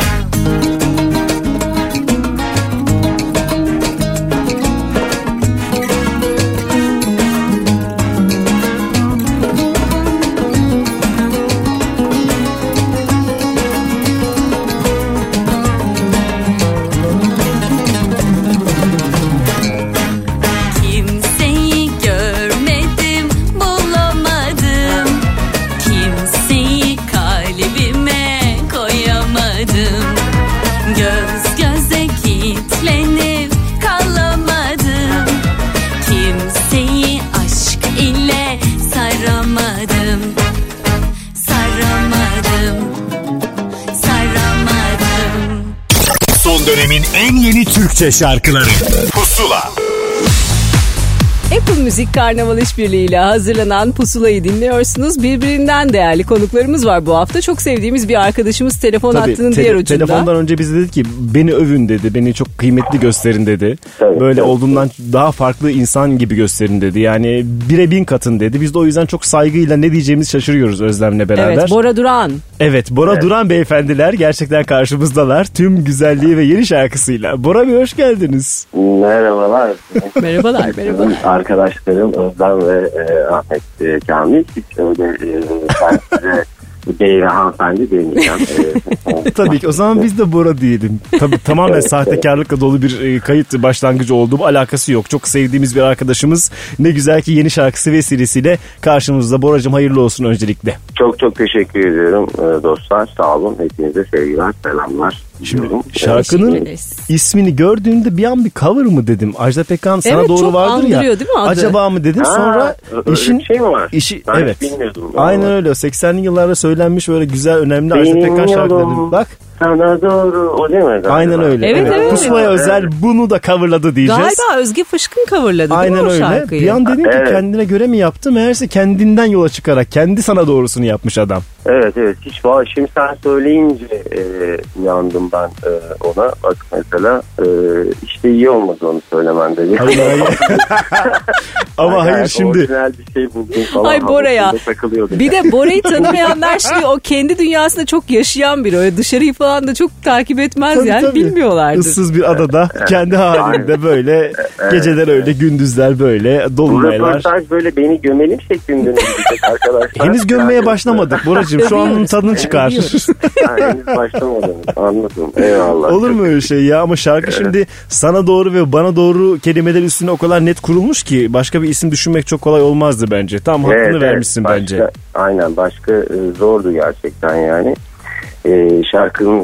Kimseyi görmedim, bulamadım. Kimseyi kalbime koyamadım. Göz göze kilitlenip kalamadım. Kimseyi aşk ile saramadım. Saramadım. Saramadım. Son dönemin en yeni Türkçe şarkıları Pusula. Apple Müzik Karnaval işbirliğiyle hazırlanan Pusula'yı dinliyorsunuz. Birbirinden değerli konuklarımız var bu hafta. Çok sevdiğimiz bir arkadaşımız telefon hattının diğer ucunda. Telefondan önce bize dedi ki beni övün dedi. Beni çok kıymetli gösterin dedi. Evet, böyle evet. olduğumdan daha farklı insan gibi gösterin dedi. Yani 1'e 1000 katın dedi. Biz de o yüzden çok saygıyla ne diyeceğimizi şaşırıyoruz Özlem'le beraber. Evet, Bora Duran. Evet, Bora Duran beyefendiler gerçekten karşımızdalar. Tüm güzelliği ve yeni şarkısıyla. Bora Bey hoş geldiniz. Merhabalar. Merhabalar, merhaba. Arkadaşlarım Özlem ve Ahmet Kamil. Hiç öyle ben size bey ve hanımefendi demeyeceğim. Tabii ki o zaman biz de Bora diyelim. Tabii tamamen sahtekarlıkla dolu bir kayıt başlangıcı oldu. Bu alakası yok. Çok sevdiğimiz bir arkadaşımız. Ne güzel ki yeni şarkısı vesilesiyle karşımızda. Boracığım hayırlı olsun öncelikle. Çok çok teşekkür ediyorum dostlar. Sağ olun. Hepinize sevgiler, selamlar. Şimdi şarkının ismini gördüğümde bir an bir cover mı dedim. Ajda Pekkan sana evet, doğru vardır ya. Değil mi adı? Acaba mı dedim. Sonra işin şey mi var? Ben evet. Bilmiyordum. Aynen öyle. 80'li yıllarda söylenmiş böyle güzel önemli Ajda Pekkan şarkıları. Bak. Sana doğru o değil mi? Galiba? Aynen öyle. Evet. Pusula'ya özel bunu da coverladı diyeceğiz. Galiba Özge Fışkın coverladı değil mi o şarkıyı? Bir an dedim ki kendine göre mi yaptı? Meğerse kendinden yola çıkarak kendi sana doğrusunu yapmış adam. Evet. Hiç şimdi sen söyleyince uyandım ben ona. Bak mesela işte iyi olmadı onu söylemende. Hayır. Ama hayır şimdi. Orijinal bir şey buldum falan. Ay Bora ya. Bir de Bora'yı tanımayanlar şimdi o kendi dünyasında çok yaşayan biri. Öyle dışarıyı falan da çok takip etmez tabii. Bilmiyorlardır. Issız bir adada kendi halinde böyle geceler öyle gündüzler böyle dolunaylar. Bu röportaj böyle beni gömelim şeklinde gidecek arkadaşlar. Henüz gömmeye başlamadık Boracığım. Şu an tadını çıkar. Henüz başlamadım. Anladım. Eyvallah. Olur mu öyle şey ya? Ama şarkı şimdi sana doğru ve bana doğru kelimeler üstüne o kadar net kurulmuş ki başka bir isim düşünmek çok kolay olmazdı bence. Tam hakkını vermişsin bence. Aynen başka zordu gerçekten yani. Şarkının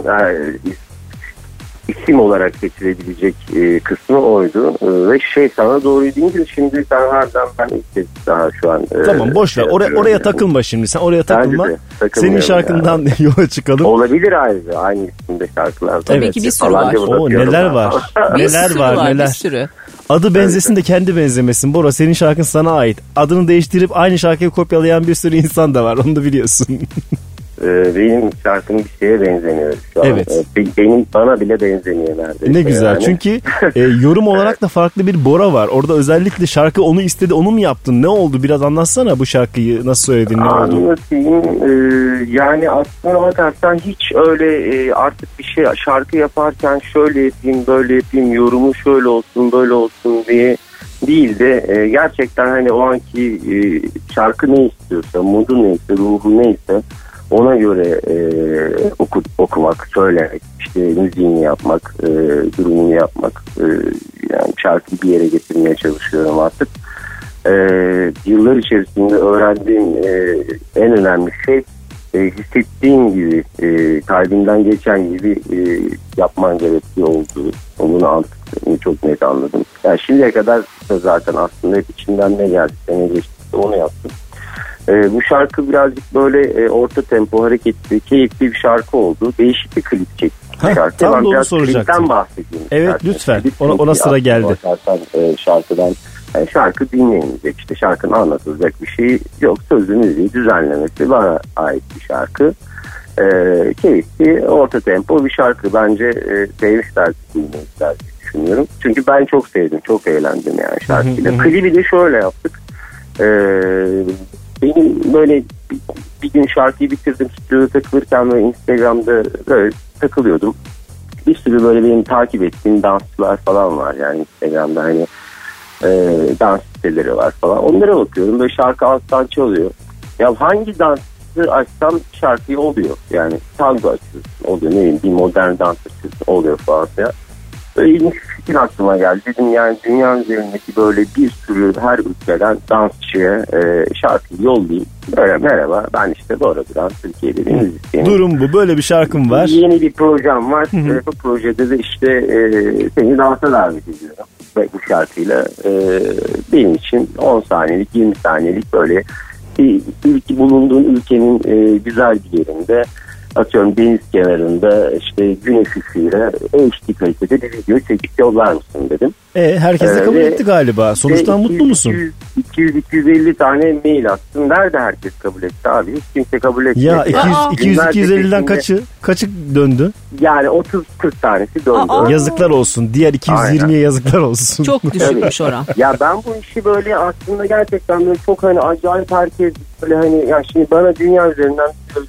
isim olarak seçilebilecek kısmı oydu. Ve sana doğru deyince şimdi sen harbiden ben ilk kez daha şu an... Tamam boş ver. Oraya takılma şimdi. Sen oraya takılma. Senin şarkından yani. Yola çıkalım. Olabilir ayrıca. Aynı isimde şarkılar. Tabii ki bir sürü var. Neler var. Neler. Bir sürü. Adı benzesin de kendi benzemesin. Bora senin şarkın sana ait. Adını değiştirip aynı şarkıyı kopyalayan bir sürü insan da var. Onu da biliyorsun. Benim şarkım bir şeye benzemiyor şu an. Evet. Bana bile benzemiyor neredeyse. Ne güzel yani. Çünkü yorum olarak da farklı bir Bora var. Orada özellikle şarkı onu istedi, onu mu yaptın? Ne oldu? Biraz anlatsana bu şarkıyı nasıl söyledin, ne oldu? Anlatayım. Yani aslına bakarsan hiç öyle artık bir şey şarkı yaparken şöyle yapayım, böyle yapayım, yorumu şöyle olsun, böyle olsun diye değil de gerçekten hani o anki şarkı ne istiyorsa, modu neyse, ruhu neyse ona göre okumak, söylemek, işte müziğini yapmak, durumunu yapmak, yani şarkıyı bir yere getirmeye çalışıyorum artık. Yıllar içerisinde öğrendiğim en önemli şey hissettiğim gibi, kalbimden geçen gibi yapman gerektiği olduğu. Bunu artık çok net anladım. Yani şimdiye kadar zaten aslında hep içimden ne geldiyse ne geçtiyse onu yaptım. Bu şarkı birazcık böyle orta tempo, hareketli, keyifli bir şarkı oldu. Değişik bir klip çektim şarkı. Tam ben da onu biraz soracaktım. klipten bahsedeyim. Evet şarkı. lütfen. Klip Ona sıra geldi. Zaten şarkıdan şarkı dinlenilecek, işte şarkının anlatılacak bir şey yok. Sözü, müziği, düzenlemesi bana ait bir şarkı. Keyifli, orta tempo bir şarkı. Bence sevmişler diye düşünüyorum. Çünkü ben çok sevdim, çok eğlendim yani şarkıyla. Klibi de şöyle yaptık. Benim böyle bir gün şarkıyı bitirdim, stüdyoda takılırken ve Instagram'da böyle takılıyordum. Bir sürü böyle benim takip ettiğim dansçılar falan var yani Instagram'da, hani dans siteleri var falan. Onlara bakıyorum, böyle şarkı alttan çalıyor. Ya hangi dansı açsam şarkıyı oluyor. Yani tango açıyorsun oluyor, ne bileyim bir modern dans açıyorsun oluyor falan ya. Böyle ilginç fikir aklıma geldi. Dedim yani dünya üzerindeki böyle bir sürü her ülkeden dansçıya şarkıyı yollayayım. Böyle merhaba, ben işte Bora Duran, Türkiye'de bir müzisyenim. Durum bu, böyle bir şarkım var. Yeni bir projem var. Bu projede de işte seni dansa davet ediyorum. Ve bu şarkıyla benim için 10 saniyelik 20 saniyelik böyle ilk bulunduğun ülkenin güzel bir yerinde, atıyorum deniz kenarında, işte güneş ışığıyla HD kalitede bir video çekip yollar mısın dedim. Herkes de kabul etti galiba. Sonuçtan mutlu musun? 200-250 tane mail attım. Nerede herkes kabul etti abi? Hiç kimse kabul etmedi. Ya 200-250'den kaçı döndü? Yani 30-40 tanesi döndü. Yazıklar olsun. Diğer 220'ye yazıklar olsun. Çok düşükmüş oran. Ya ben bu işi böyle aslında gerçekten böyle çok hani acayip, herkes böyle hani, ya şimdi bana dünya üzerinden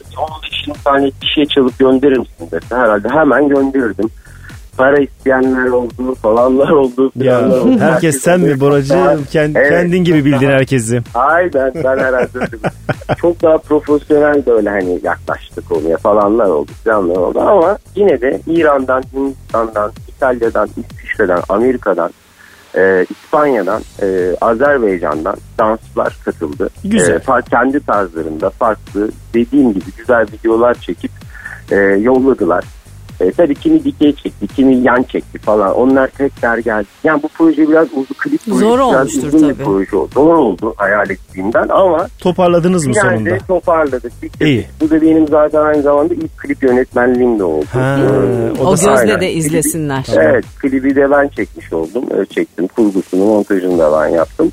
15 tane bir şey çalıp gönderir misin dese herhalde hemen gönderirdim. Para isteyenler oldu, falanlar oldu. Ya oldu. herkes sen mi Boracı? Kendin gibi bildin herkesi. Hayır, ben herhalde çok daha profesyonel böyle hani yaklaştık konuya, falanlar oldu, falanlar oldu ama yine de İran'dan, Hindistan'dan, İtalya'dan, İsviçre'den, Amerika'dan, İspanya'dan, Azerbaycan'dan dansçılar katıldı. Güzel. Kendi tarzlarında farklı, dediğim gibi güzel videolar çekip yolladılar. Tabii kimi dikey çekti, kimi yan çekti falan. Onlar tekrar geldi. Yani bu proje biraz uzun, klip zor olmuştur tabii. Bir proje oldu. Zor oldu hayal ettiğimden ama toparladınız mı sonunda? Yani toparladık. İyi. Bu da benim zaten aynı zamanda ilk klip yönetmenliğim de oldu. O gözle de izlesinler. Evet, klibi de ben çekmiş oldum. Çektim. Kurgusunu, montajını da ben yaptım.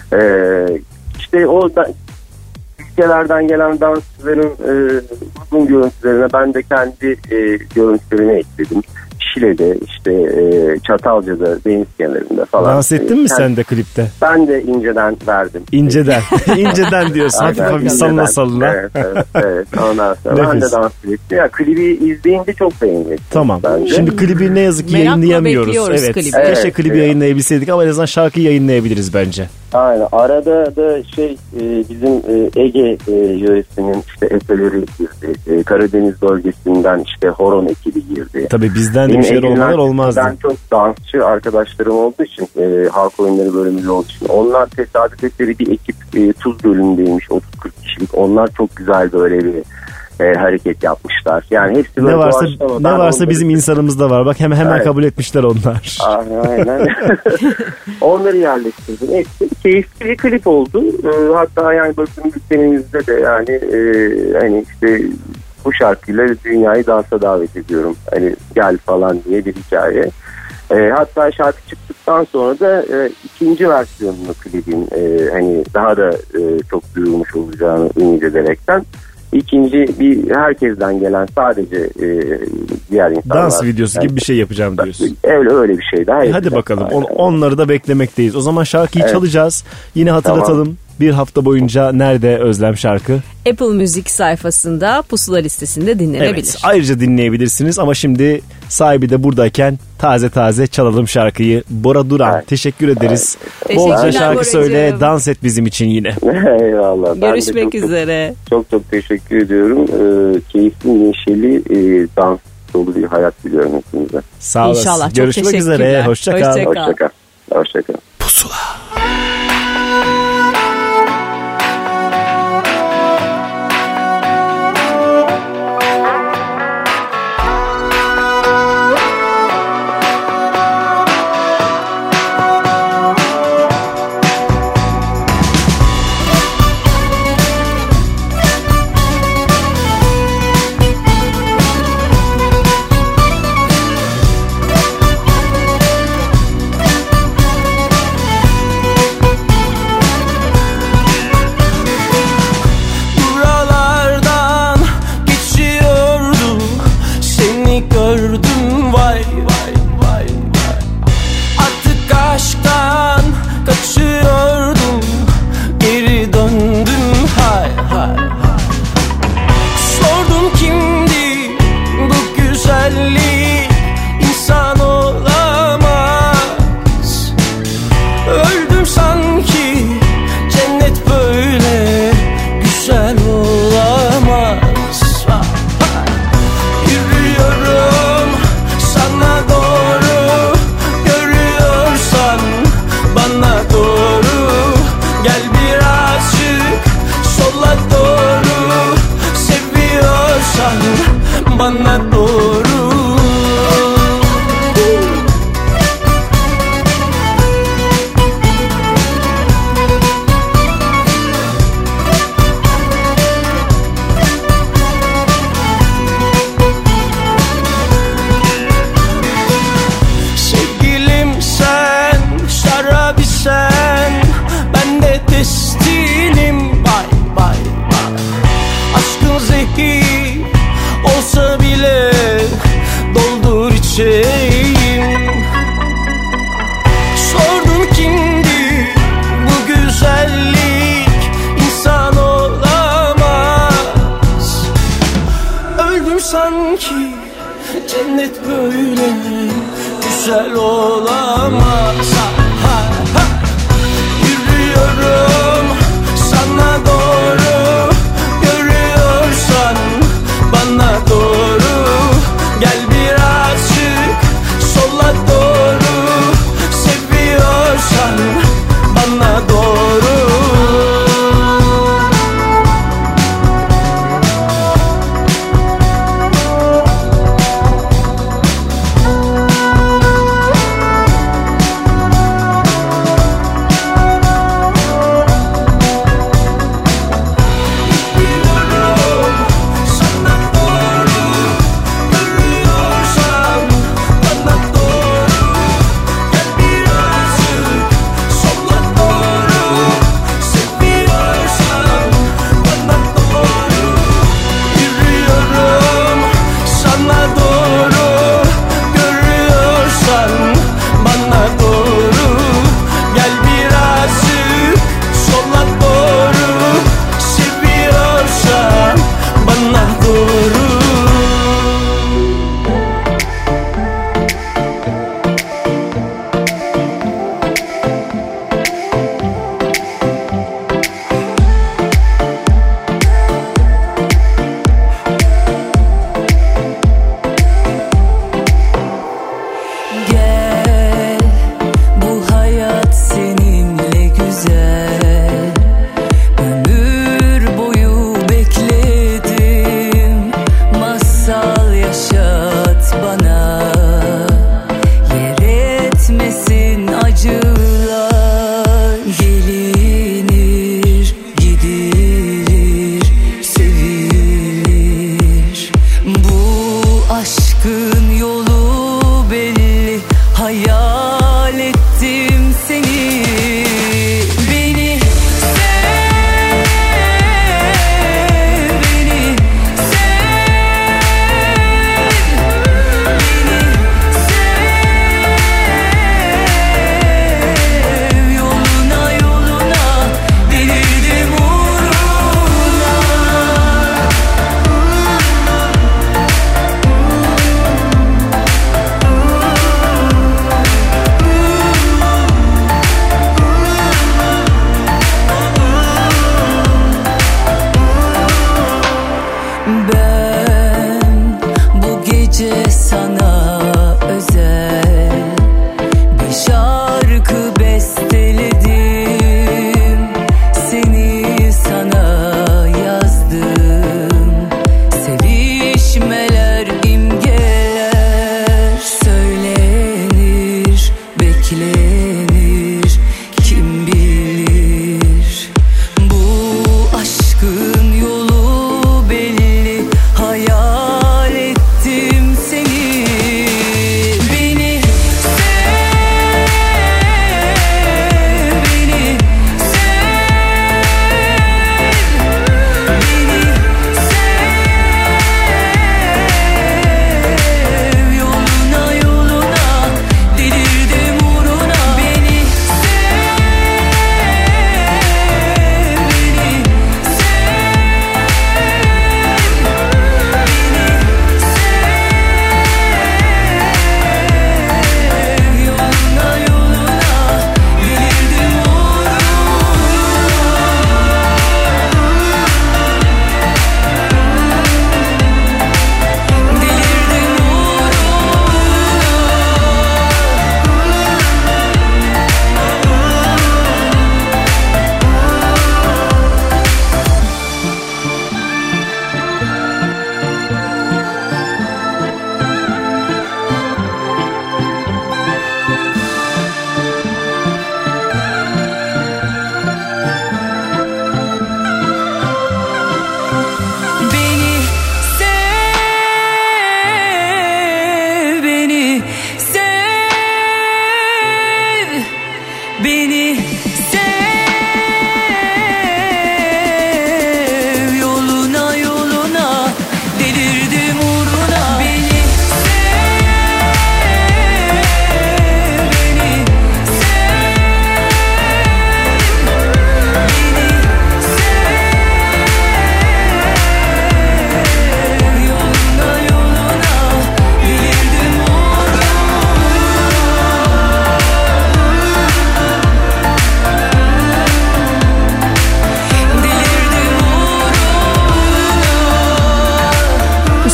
İşte o da ülkelerden gelen dansçıların uzun görüntülerine ben de kendi görüntülerimi ekledim. Şile'de, işte Çatalca'da, deniz kenarında falan. Dans ettin mi sen de klipte? Ben de inceden verdim. İnceden. İnceden diyorsun. Hafif salına salına. Evet. Ondan sonra ben de dans ettim. Ya klibi izleyince çok beğendim. Tamam. Bence. Şimdi klibi ne yazık ki yayınlayamıyoruz. Evet. Keşke klibi yayınlayabilseydik ama en azından şarkıyı yayınlayabiliriz bence. Aynen. Arada da bizim Ege yöresinin işte efeleri girdi. Karadeniz bölgesinden işte horon ekibi girdi. Tabii bizden de bir şeyler olmazdı. Ben çok dansçı arkadaşlarım olduğu için, halk oyunları bölümünde olduğu için, onlar tesadüf etleri bir ekip Tuz Gölü'ndeymiş, 30-40 kişilik. Onlar çok güzel böyle bir hareket yapmışlar. Yani hepsi böyle ne varsa bizim insanımızda var. Bak hemen evet. Kabul etmişler onlar. Aynen. Onları yerleştirdim. Hepsi keyifli bir klip oldu. Hatta yani bakın ülkemizde de yani hani işte bu şarkıyla dünyayı dansa davet ediyorum. Hani gel falan diye bir hikaye. Hatta şarkı çıktıktan sonra da ikinci versiyonunu klibin hani daha da çok duyulmuş olacağını ümit ederekten İkinci bir herkesten gelen sadece diğer insanlar. Dans videosu gibi bir şey yapacağım diyorsun. Öyle bir şey daha. Hadi bakalım. Onları da beklemekteyiz. O zaman şarkıyı çalacağız. Yine hatırlatalım. bir hafta boyunca nerede Özlem şarkı? Apple Müzik sayfasında Pusula listesinde dinlenebilir. Evet, ayrıca dinleyebilirsiniz ama şimdi sahibi de buradayken taze taze çalalım şarkıyı. Bora Duran, evet. Teşekkür ederiz. Evet. Bolca şarkı Boracığım. Söyle, dans et bizim için yine. Eyvallah. Görüşmek üzere. Çok teşekkür ediyorum. Keyifli, neşeli, dans dolu bir hayat diliyorum hepinize. Sağ olasın. İnşallah. Görüşmek üzere. Hoşça kal. Pusula.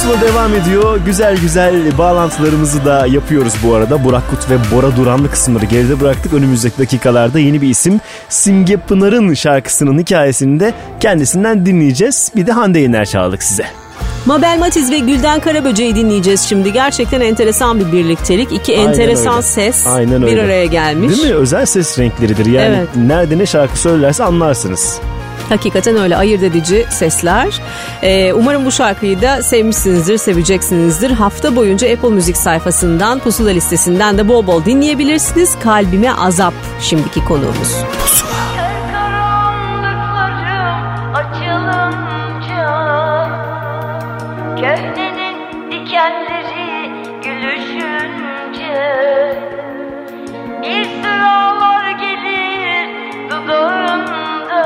Pusula devam ediyor. Güzel güzel bağlantılarımızı da yapıyoruz bu arada. Burak Kut ve Bora Duranlı kısımları geride bıraktık. Önümüzdeki dakikalarda yeni bir isim Simge Pınar'ın şarkısının hikayesini de kendisinden dinleyeceğiz. Bir de Hande Yener çaldık size. Mabel Matiz ve Gülden Karaböcek'i dinleyeceğiz şimdi. Gerçekten enteresan bir birliktelik. İki Aynen enteresan öyle. ses Aynen bir öyle. araya gelmiş. Değil mi? Özel ses renkleridir. Yani evet. Nerede ne şarkı söylerse anlarsınız. Hakikaten öyle ayırt edici sesler. Umarım bu şarkıyı da sevmişsinizdir, seveceksinizdir. Hafta boyunca Apple Müzik sayfasından, Pusula listesinden de bol bol dinleyebilirsiniz. Kalbime Azap şimdiki konuğumuz. Pusula. Köhnenin dikenleri gülüşünce bir sıralar gelir dudağımda.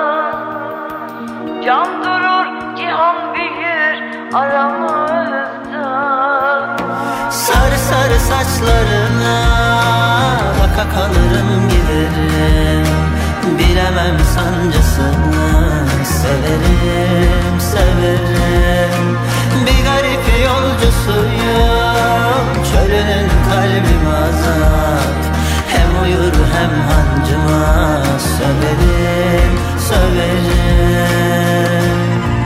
Can durur, cihan büyür aramızda. Sarı sarı saçlarına baka kalırım giderim. Bilemem sancısını, severim, severim. Bir garip yolcusuyum, çölünün kalbim azap. Hem uyur hem hancıma, söverim, söverim.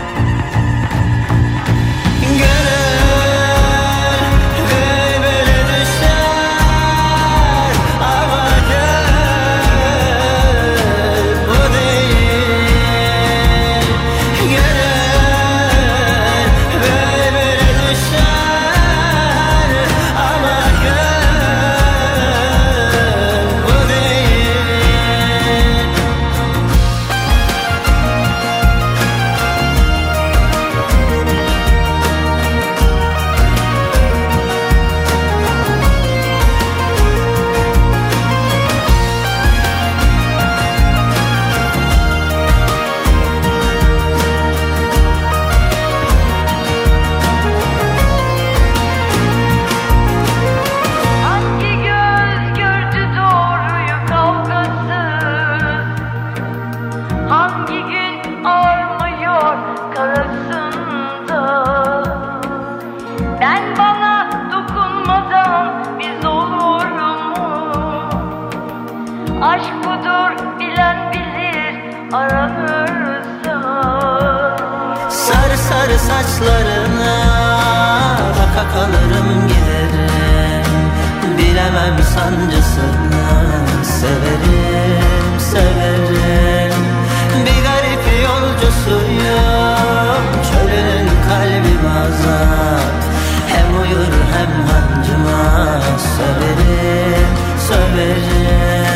Saçlarına baka kalırım giderim. Bilemem sancısını, severim, severim. Bir garip yolcusuyum, çölünün kalbim azap. Hem uyur hem hancıma, severim, severim.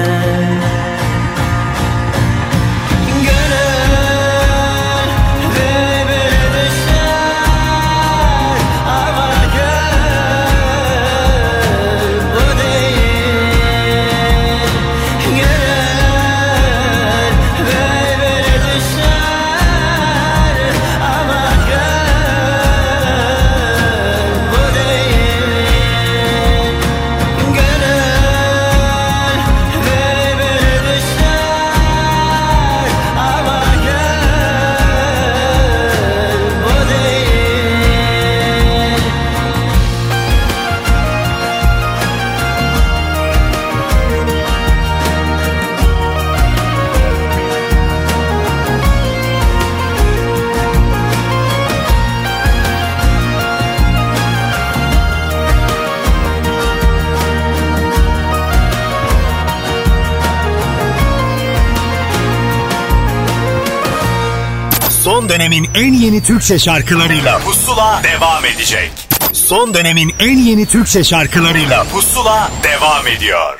Son dönemin en yeni Türkçe şarkılarıyla Pusula devam edecek. Son dönemin en yeni Türkçe şarkılarıyla Pusula devam ediyor.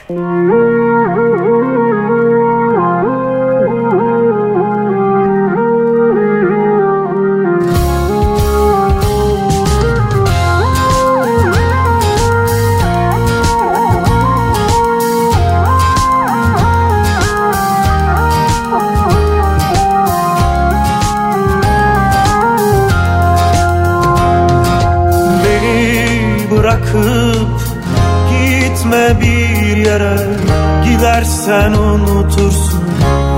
Bırakıp gitme bir yere, gidersen unutursun.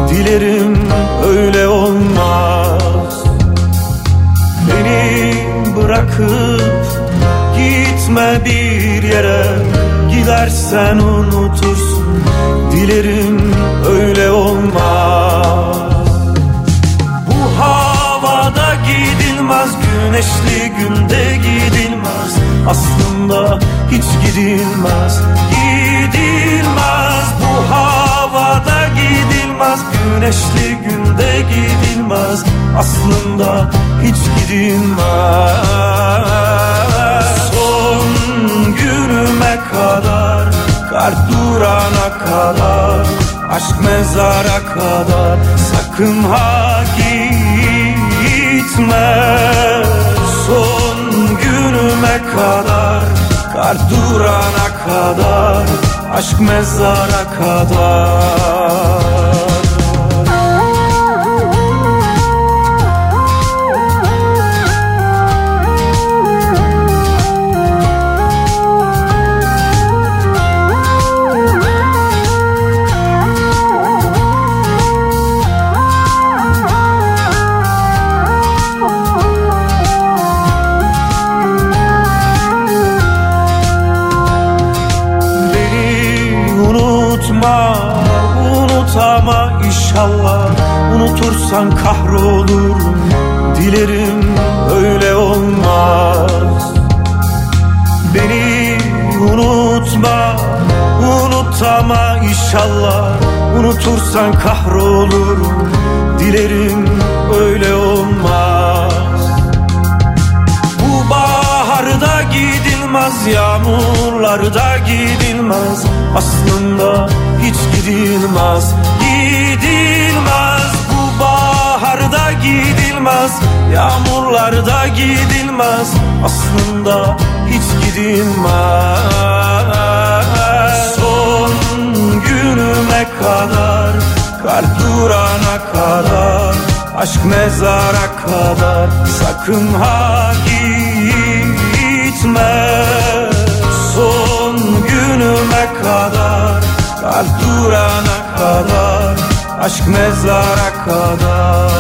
Dilerim öyle olmaz. Beni bırakıp gitme bir yere. Gidersen unutursun, dilerim öyle olmaz. Bu havada gidilmez, güneşli günde gidilmez. Aslında hiç gidilmez, gidilmez. Bu havada gidilmez, güneşli günde gidilmez. Aslında hiç gidilmez. Son günüme kadar, kalp durana kadar, aşk mezara kadar, sakın ha gitme. Son günüme kadar, kalp durana kadar, aşk mezara kadar. Unutama inşallah, unutursan kahrolurum, dilerim öyle olmaz. Beni unutma, unutama inşallah, unutursan kahrolurum, dilerim öyle olmaz. Bu baharda gidilmez, yağmurlarda gidilmez. Aslında hiç gidilmez, gidilmez. Bu baharda gidilmez, yağmurlarda gidilmez. Aslında hiç gidilmez. Son günüme kadar, kalp durana kadar, aşk mezara kadar, sakın ha gitme. Son günüme kadar, kalp durana kadar, aşk mezara kadar.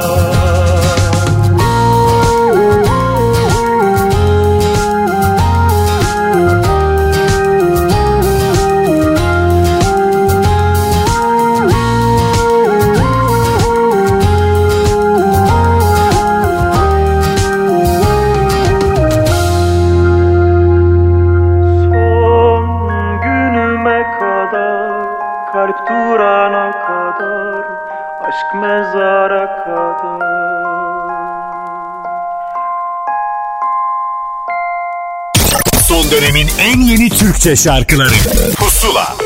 Son dönemin en yeni Türkçe şarkıları Pusula.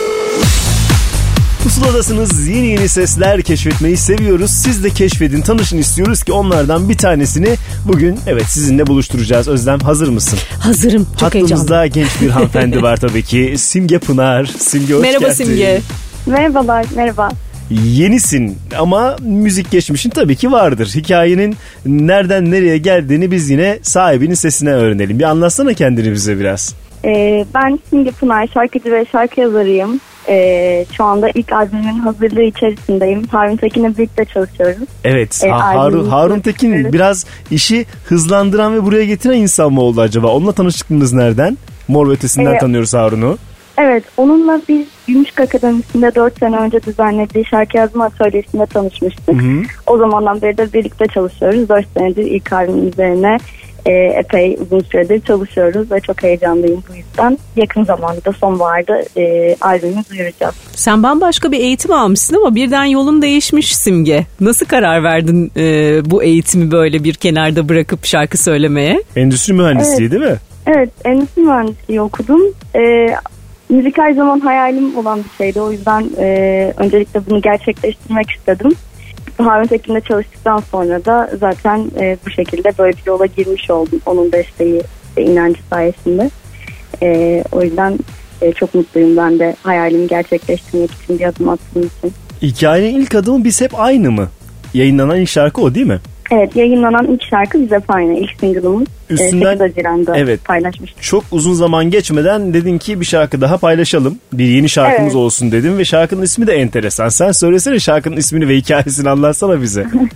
Pusuladasınız. Yeni sesler keşfetmeyi seviyoruz. Siz de keşfedin, tanışın istiyoruz ki onlardan bir tanesini bugün sizinle buluşturacağız. Özlem, hazır mısın? Hazırım. Çok heyecanlıyım. Hattımızda genç bir hanımefendi var tabii ki. Simge Pınar. Simge, hoş Merhaba geldin. Simge. Merhabalar, merhaba. Yenisin ama müzik geçmişin tabii ki vardır. Hikayenin nereden nereye geldiğini biz yine sahibinin sesine öğrenelim. Bir anlatsana kendini bize biraz. Ben Simge Pınar, şarkıcı ve şarkı yazarıyım. Şu anda ilk albümün hazırlığı içerisindeyim. Harun Tekin'le birlikte çalışıyoruz. Evet, Harun Tekin biraz işi hızlandıran ve buraya getiren insan mı oldu acaba? Onunla tanıştığınız nereden? Mor ve Ötesi'nden tanıyoruz Harun'u. Evet, onunla biz Gümüşk Akademisi'nde 4 sene önce düzenlediği şarkı yazma atölyesinde tanışmıştık. Hı-hı. O zamandan beri de birlikte çalışıyoruz. 4 senedir ilk albüm üzerine epey uzun süredir çalışıyoruz ve çok heyecanlıyım bu yüzden. Yakın zamanda da sonbaharda albümü duyuracağız. Sen bambaşka bir eğitim almışsın ama birden yolun değişmiş Simge. Nasıl karar verdin bu eğitimi böyle bir kenarda bırakıp şarkı söylemeye? Endüstri mühendisliği değil mi? Evet, endüstri mühendisliği okudum. Müzik her zaman hayalim olan bir şeydi. O yüzden öncelikle bunu gerçekleştirmek istedim. Harun Tekin'le çalıştıktan sonra da zaten bu şekilde böyle bir yola girmiş oldum. Onun desteği ve inancı sayesinde. O yüzden çok mutluyum ben de hayalimi gerçekleştirmek için bir adım attığım için. Hikayenin ilk adımı Biz Hep Aynı mı? Yayınlanan ilk şarkı o değil mi? Evet, yayınlanan ilk şarkı Biz Hep Aynı. İlk single'ımız. Üstünden 8 Haziran'da paylaşmıştık. Çok uzun zaman geçmeden dedin ki bir şarkı daha paylaşalım. Bir yeni şarkımız olsun dedim ve şarkının ismi de enteresan. Sen söylesene şarkının ismini ve hikayesini anlatsana bize.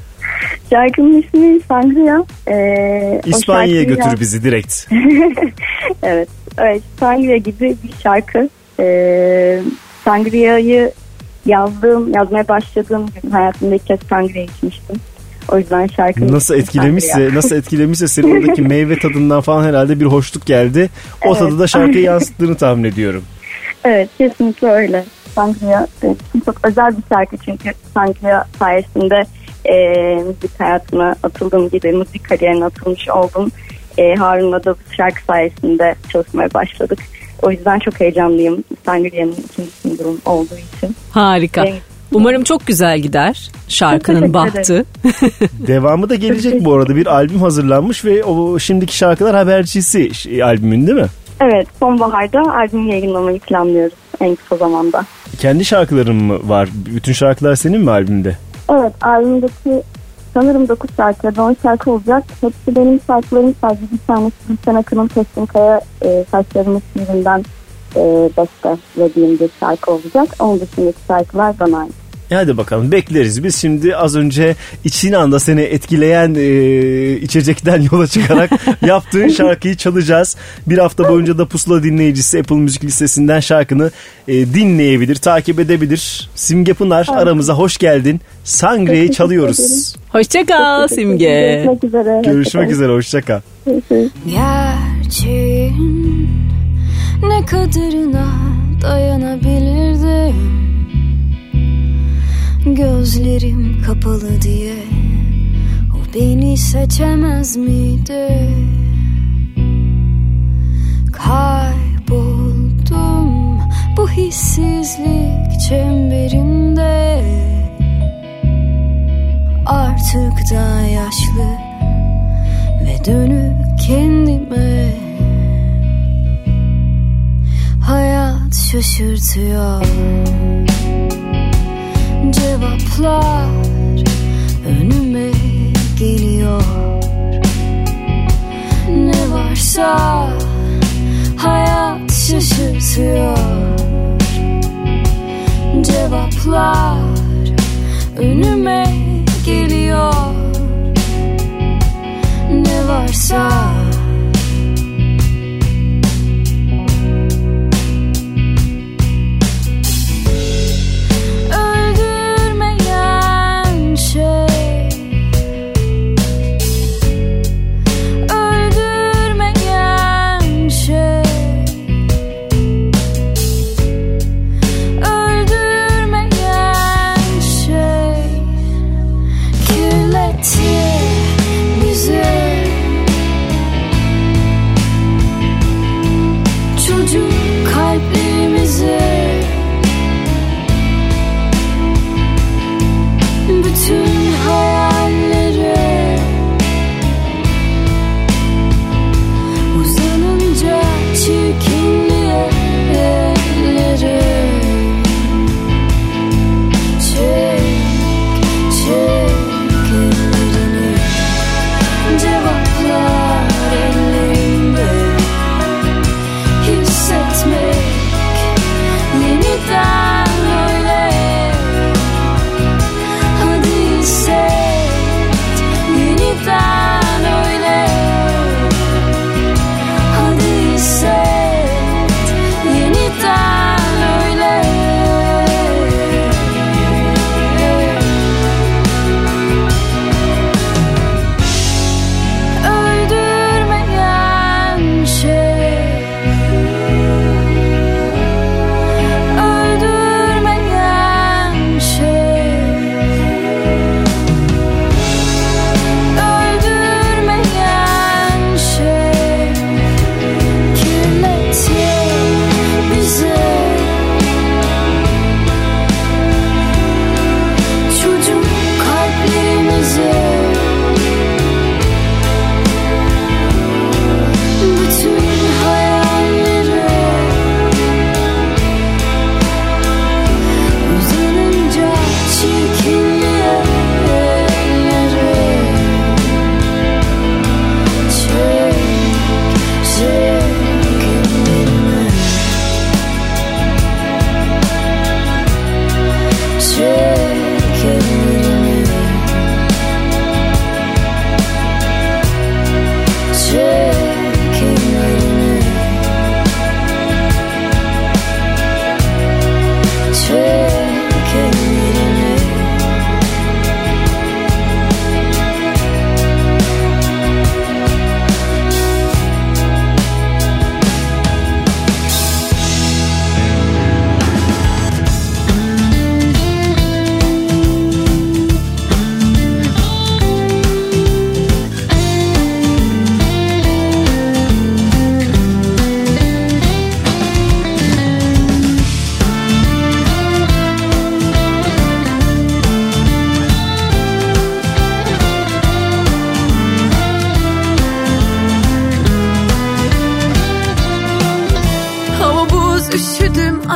Şarkının ismi Sangria. İspanya'ya götür bizi direkt. Evet. Sangria gibi bir şarkı. Sangria'yı yazmaya başladığım gün hayatımda ilk kez Sangria içmiştim. O yüzden şarkının nasıl etkilemişse seni oradaki meyve tadından falan herhalde bir hoşluk geldi. O evet. Tadı da şarkıyı yansıttığını tahmin ediyorum. Evet, kesinlikle öyle. Sangria çok özel bir şarkı çünkü Sangria sayesinde müzik hayatıma atıldığım gibi müzik kariyerine atılmış oldum. Harun'la da bu şarkı sayesinde çalışmaya başladık. O yüzden çok heyecanlıyım. Sangria'nın ikinci single'ım olduğu için. Harika. Umarım çok güzel gider şarkının bahtı. Devamı da gelecek bu arada. Bir albüm hazırlanmış ve o şimdiki şarkılar habercisi albümün değil mi? Evet, sonbaharda albüm yayınlamayı planlıyoruz en kısa zamanda. Kendi şarkıların mı var? Bütün şarkılar senin mi albümde? Evet, albümdeki sanırım 9 şarkı ya da 10 şarkı olacak. Hepsi benim şarkılarım, sadece bir tanesi Gülşen Akın'ın Teslim Kaya Saçlarımın Sihirinden bestelediğim bir şarkı olacak. Onun dışındaki şarkılar bana ait. Hadi bakalım bekleriz. Biz şimdi az önce içtiğin anda seni etkileyen içecekten yola çıkarak yaptığın şarkıyı çalacağız. Bir hafta boyunca da Pusula dinleyicisi Apple Müzik listesinden şarkını dinleyebilir, takip edebilir. Simge Pınar aramıza hoş geldin. Sangria'yı çalıyoruz. Hoşça kal Simge. Görüşmek üzere. Görüşmek üzere, hoşça kal. Gerçeğin ne kadarına dayanabilirdim? Gözlerim kapalı diye o beni seçemez miydi? Kayboldum bu hissizlik çemberinde. Artık da yaşlı ve dönüp kendime. Hayat şaşırtıyor. Cevaplar önüme geliyor. Ne varsa hayat şaşırtıyor. Cevaplar önüme geliyor. Ne varsa.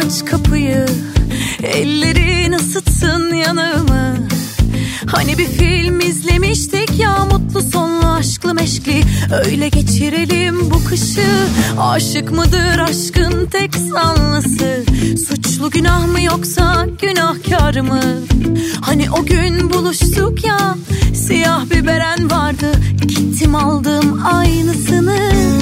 aç kapıyı, ellerin ısıtsın yanağımı. Hani bir film izlemiştik ya, mutlu sonlu aşklı meşkli, öyle geçirelim bu kışı. Aşık mıdır aşkın tek zanlısı, suçlu günah mı yoksa günahkar mı? Hani o gün buluştuk ya, siyah bir beren vardı, gittim aldım aynısını.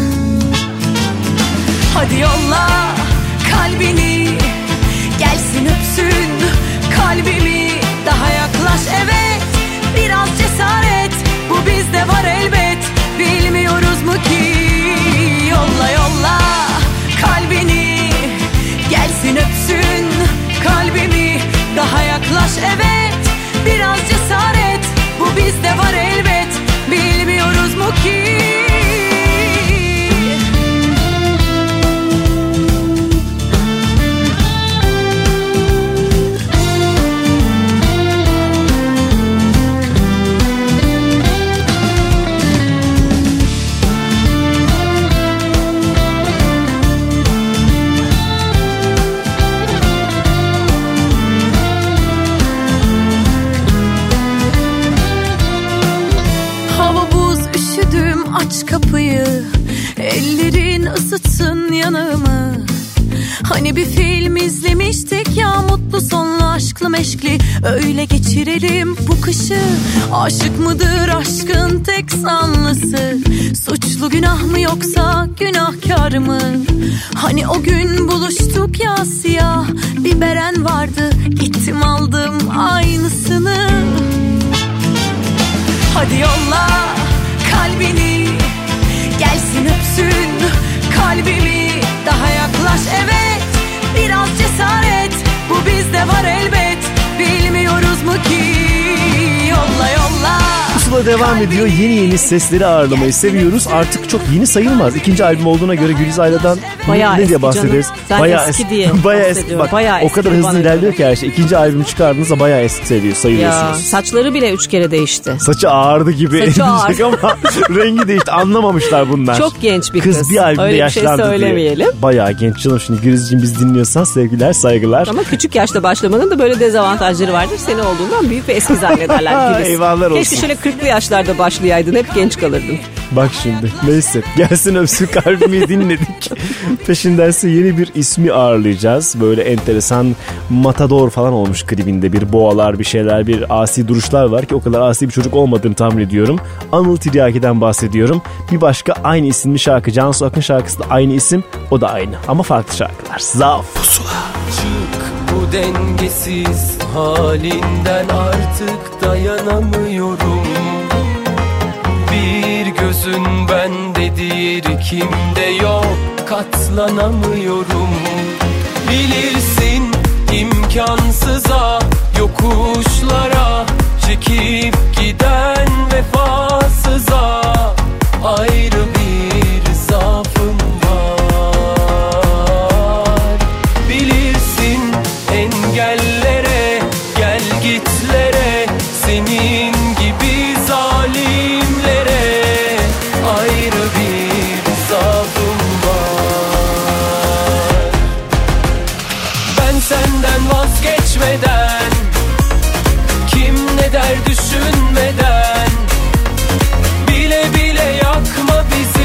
Hadi yolla kalbini, gelsin öpsün kalbimi. Daha yaklaş evet, biraz cesaret, bu bizde var elbet. Bilmiyoruz mu ki? Yolla yolla kalbini, gelsin öpsün kalbimi. Daha yaklaş evet, biraz cesaret, bu bizde var elbet. Bilmiyoruz mu ki? Aç kapıyı, ellerin ısıtsın yanağımı. Hani bir film izlemiştik ya, mutlu sonlu aşklı meşkli, öyle geçirelim bu kışı. Aşık mıdır aşkın tek zanlısı, suçlu günah mı yoksa günahkar mı? Hani o gün buluştuk ya, siyah bir beren vardı, gittim aldım aynısını. Hadi yolla kalbini, gelsin öpsün kalbimi. Daha yaklaş evet, biraz cesaret, bu bizde var elbet. Bilmiyoruz mu ki? Yolla yolla. Pusula devam ediyor. Yeni sesleri ağırlamayı seviyoruz. Artık çok yeni sayılmaz. İkinci albüm olduğuna göre Gülizay'dan ne diye bahsederiz? Bayağı eski diye bayağı eski. Bak, bayağı o kadar hızlı ilerliyor ki her şey. İkinci albümü çıkardığınızda bayağı eski sayıyorsunuz. Ya, saçları bile 3 kere değişti. Saçı ağırdı gibi. Saçı ağır. Ama rengi değişti. Anlamamışlar bunlar. Çok genç bir kız. Bir albümde öyle yaşlandı bir şey söylemeyelim. Diye. Bayağı genç canım. Şimdi Gülizciğim biz dinliyorsan sevgiler saygılar. Ama küçük yaşta başlamanın da böyle dezavantajları vardır. Seni olduğundan büyük ve eski zannederler. Eyvallah olsun. Keşke şöyle 40'lı yaşlarda başlayaydın. Hep genç kalırdın. Bak şimdi neyse, gelsin öpsün kalbimi dinledik. Peşinden ise yeni bir ismi ağırlayacağız. Böyle enteresan matador falan olmuş klibinde, bir boğalar bir şeyler, bir asi duruşlar var ki o kadar asi bir çocuk olmadığını tahmin ediyorum. Anıl Tiryaki'den bahsediyorum. Bir başka aynı isimli şarkı, Cansu Akın şarkısı da aynı isim, o da aynı ama farklı şarkılar. Zaaf Pusula. Çık bu dengesiz halinden, artık dayanamıyorum. Bir gözün bende, diğeri kimde yok, katlanamıyorum. Bilirsin imkansıza, yokuşlara çekip giden vefasıza ayrı bir zaafım var. Bilirsin engellere, gel gitlere, senin gibi zalimlere ayrı bir zaafım var. Ben senden vazgeçmeden, kim ne der düşünmeden, bile bile yakma bizi.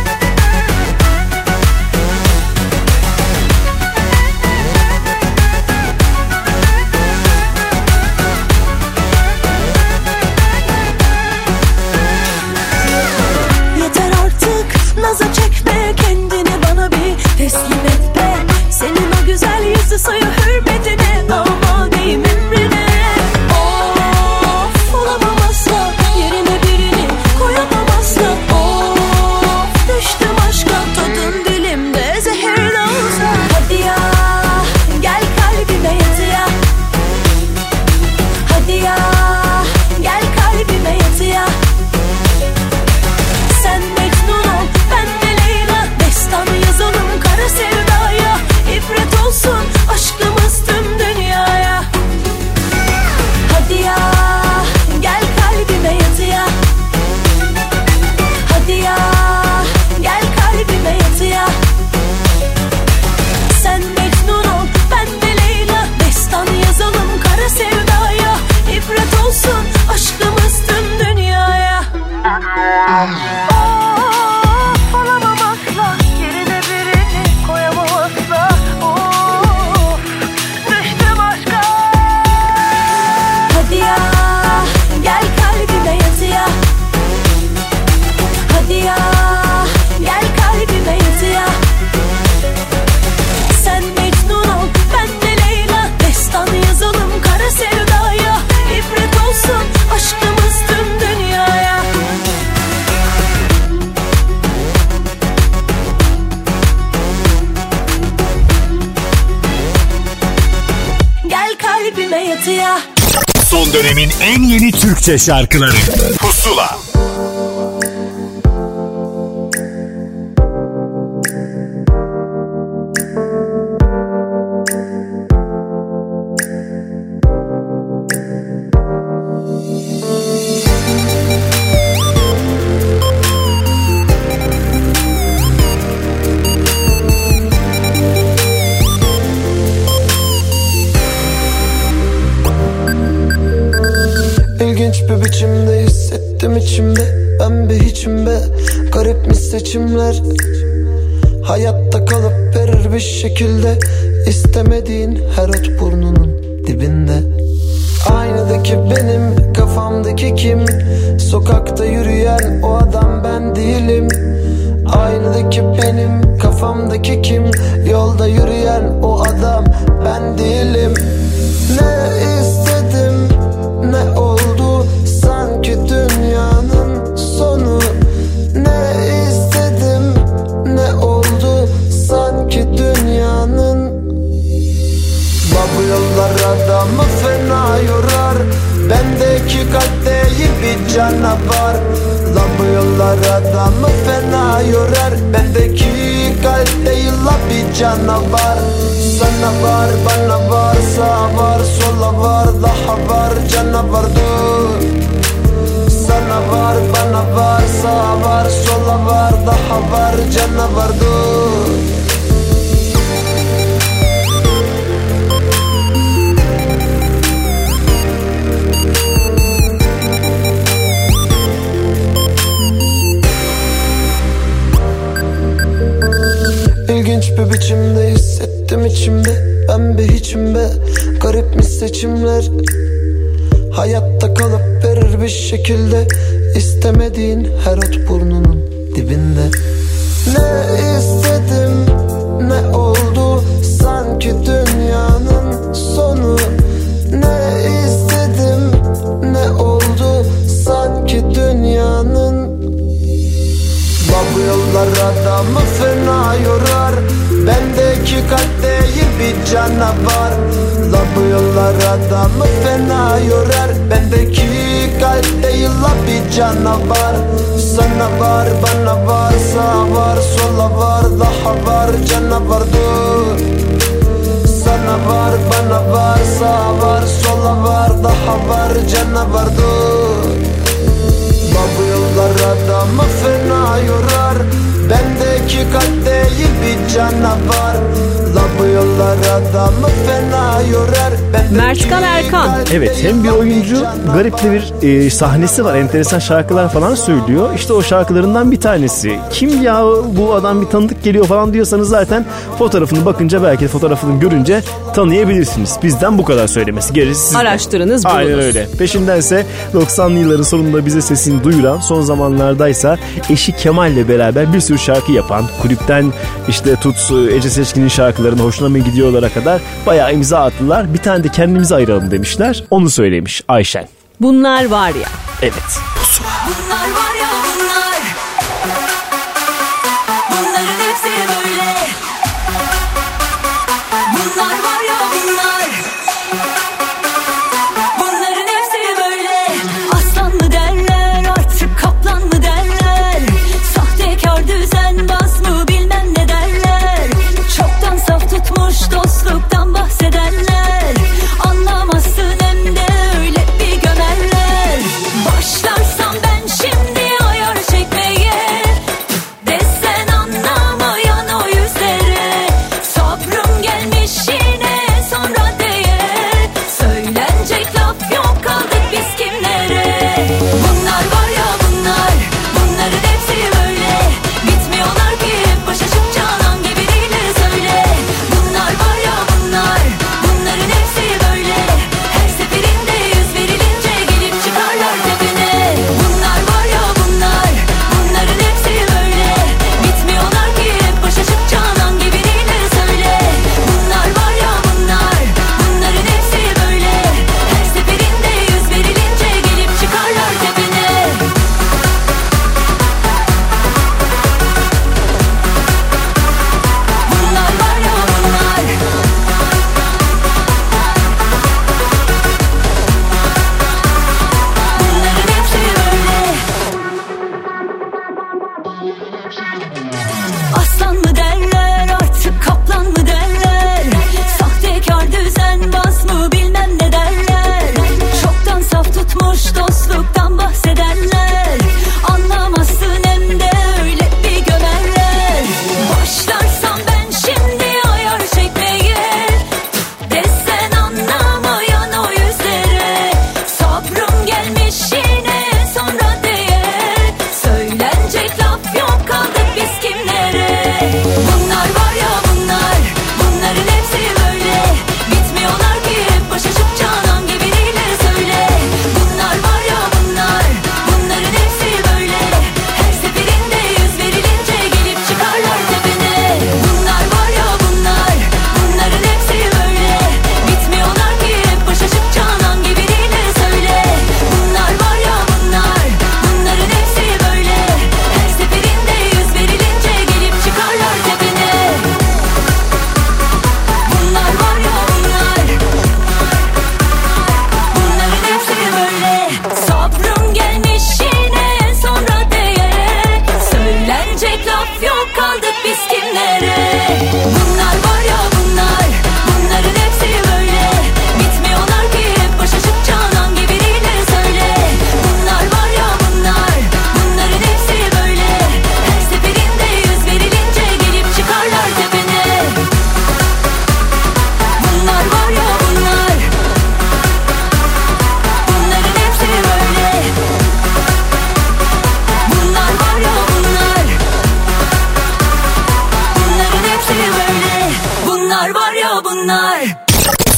Of olamam asla, yerine birini koyamam asla. Of düştüm aşka. Hadi ya gel kalbime yat ya. Hadi ya gel kalbime yat ya. Sen Mecnun ol ben de Leyla. Destan yazalım kara sevdaya. İbret olsun aşkımız tüm dünyaya. Gel kalbime yat ya. Son dönemin en yeni Türkçe şarkıları Pusula. İlginç bir biçimde hissettim içimde. Ben bir hiçim be. Garipmiş seçimler. Hayatta kalıp verir bir şekilde. İstemediğin her ot burnunun dibinde. Aynadaki benim, kafamdaki kim? Sokakta yürüyen o adam ben değilim. Aynadaki benim, kafamdaki kim? Yolda yürüyen o adam ben değilim. Ne istedim, ne oldu? Sanki dünyanın sonu. Ne istedim, ne oldu? Sanki dünyanın. Bu yollar adamı fena yorar. Bendeki kalpte bir canavar. La bu yollar adamı fena yorar. Bendeki kalpte yılla bir canavar. Sana var, bana var, sağa var, sola var, daha var, canavar dur. Sana var, bana var, sağa var, sola var, daha var, canavar dur. İlginç bir biçimde hissettim içimde. Ben bir hiçim be. Garipmiş seçimler. Hayatta kalıp verir bir şekilde. İstemediğin her ot burnunun dibinde. Ne istedim, ne oldu? Sanki dünyanın sonu. Ne istedim, ne oldu? Sanki dünyanın. Bu yollar adamı fena yorar. Bendeki kalpte bir canavar. La bu yollar adamı fena yorar. Bendeki kalpte yılla bir canavar. Sana var, bana var, sağa var, sola var, daha var, canavar dur. Sana var, bana var, sağa var, sola var, daha var, canavar dur. Bu yollar adamı fena yorar. Bendeki kalpte bir canavar. La bu yollar adamı fena yorar. Mertkan Erkan. Evet, hem bir oyuncu, garip de bir sahnesi var. Enteresan şarkılar falan söylüyor. İşte o şarkılarından bir tanesi. Kim ya bu adam, bir tanıdık geliyor falan diyorsanız zaten fotoğrafını bakınca, belki fotoğrafını görünce tanıyabilirsiniz. Bizden bu kadar söylemesi. Gerisi sizden. Araştırınız, bulunuz. Aynen öyle. Peşindense 90'lı yılların sonunda bize sesini duyuran, son zamanlardaysa eşi Kemal'le beraber bir sürü şarkı yapan, kulüpten işte tut Ece Seçkin'in şarkılarına hoşuna mı gidiyorlara kadar bayağı imza attılar. Bir tane de kendimize ayıralım demişler. Onu söylemiş Ayşen. Bunlar var ya. Evet. Bunlar var ya bunlar. Bunların hepsi böyle. Bunlar var ya bunlar. Bunların hepsi böyle. Aslan mı derler, artık kaplan mı derler. Sahtekar düzenbaz mı bilmem ne derler. Çoktan saf tutmuş dostluktan bahsedenler. Anlamazsın hem de öyle bir gömerler. Başlarsam ben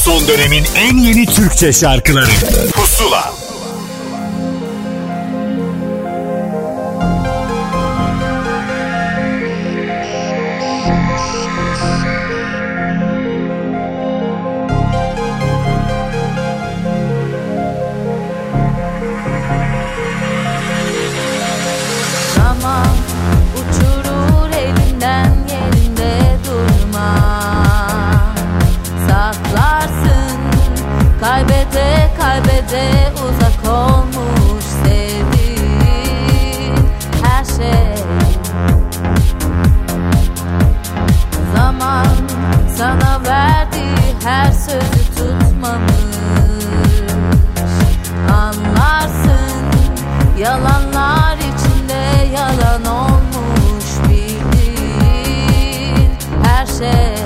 Son dönemin en yeni Türkçe şarkıları Pusula. Kaybede uzak olmuş sevdiğin her şey. Zaman sana verdiği her sözü tutmamış. Anlarsın yalanlar içinde yalan olmuş bildiğin her şey.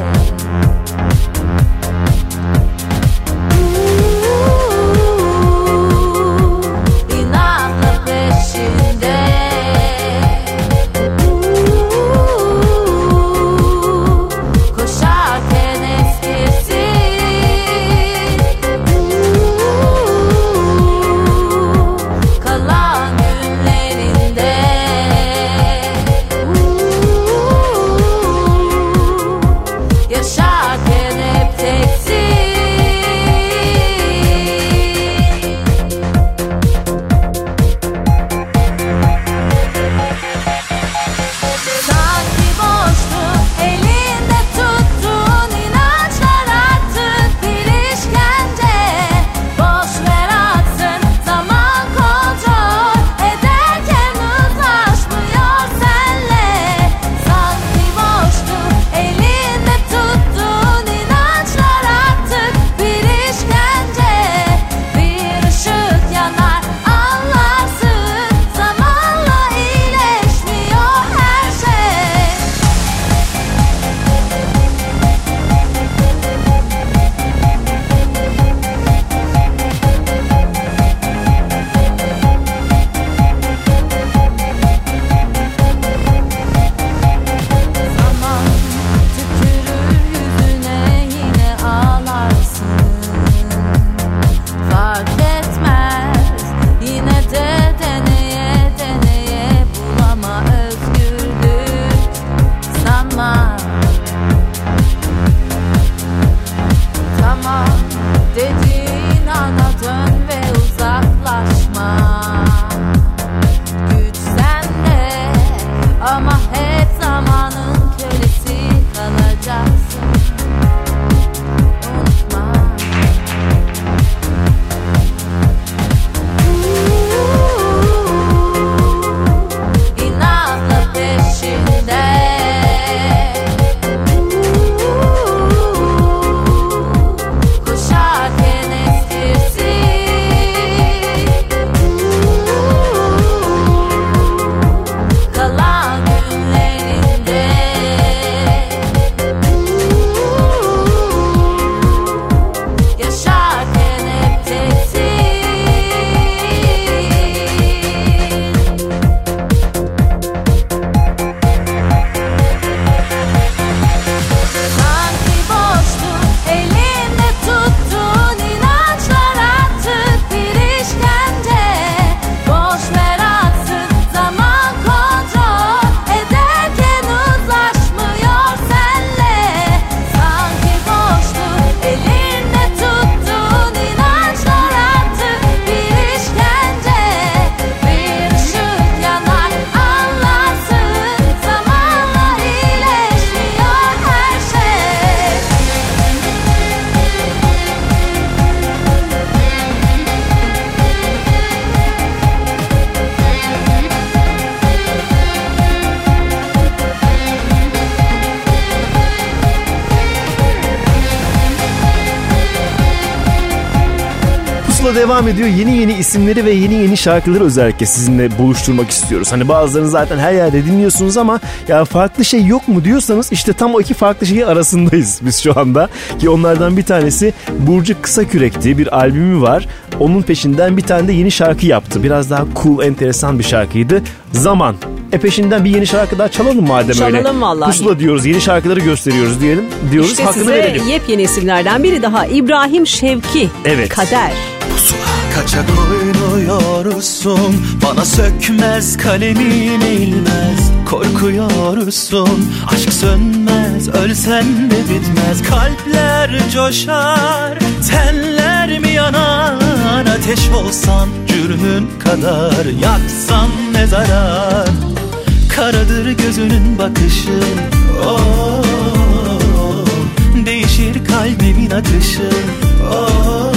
Pusula devam ediyor. Yeni isimleri ve yeni şarkıları özellikle sizinle buluşturmak istiyoruz. Hani bazılarını zaten her yerde dinliyorsunuz ama ya farklı şey yok mu diyorsanız işte tam o iki farklı şeyin arasındayız biz şu anda. Ki onlardan bir tanesi Burcu Kısakürek'ti. Bir albümü var. Onun peşinden bir tane de yeni şarkı yaptı. Biraz daha cool, enteresan bir şarkıydı. Zaman. Peşinden bir yeni şarkı daha çalalım madem çalalım öyle. Çalalım vallahi. Pusula diyoruz. Yeni şarkıları gösteriyoruz diyoruz. İşte hakkını size verelim. Yepyeni isimlerden biri daha İbrahim Şevki. Evet. Kader. Kaçak oynuyorsun, bana sökmez kalemim eğilmez. Korkuyorsun, aşk sönmez, ölsen de bitmez. Kalpler coşar, tenler mi yanar? Ateş olsan cürmün kadar, yaksan ne zarar? Karadır gözünün bakışı, oh, değişir kalbimin atışı, oh.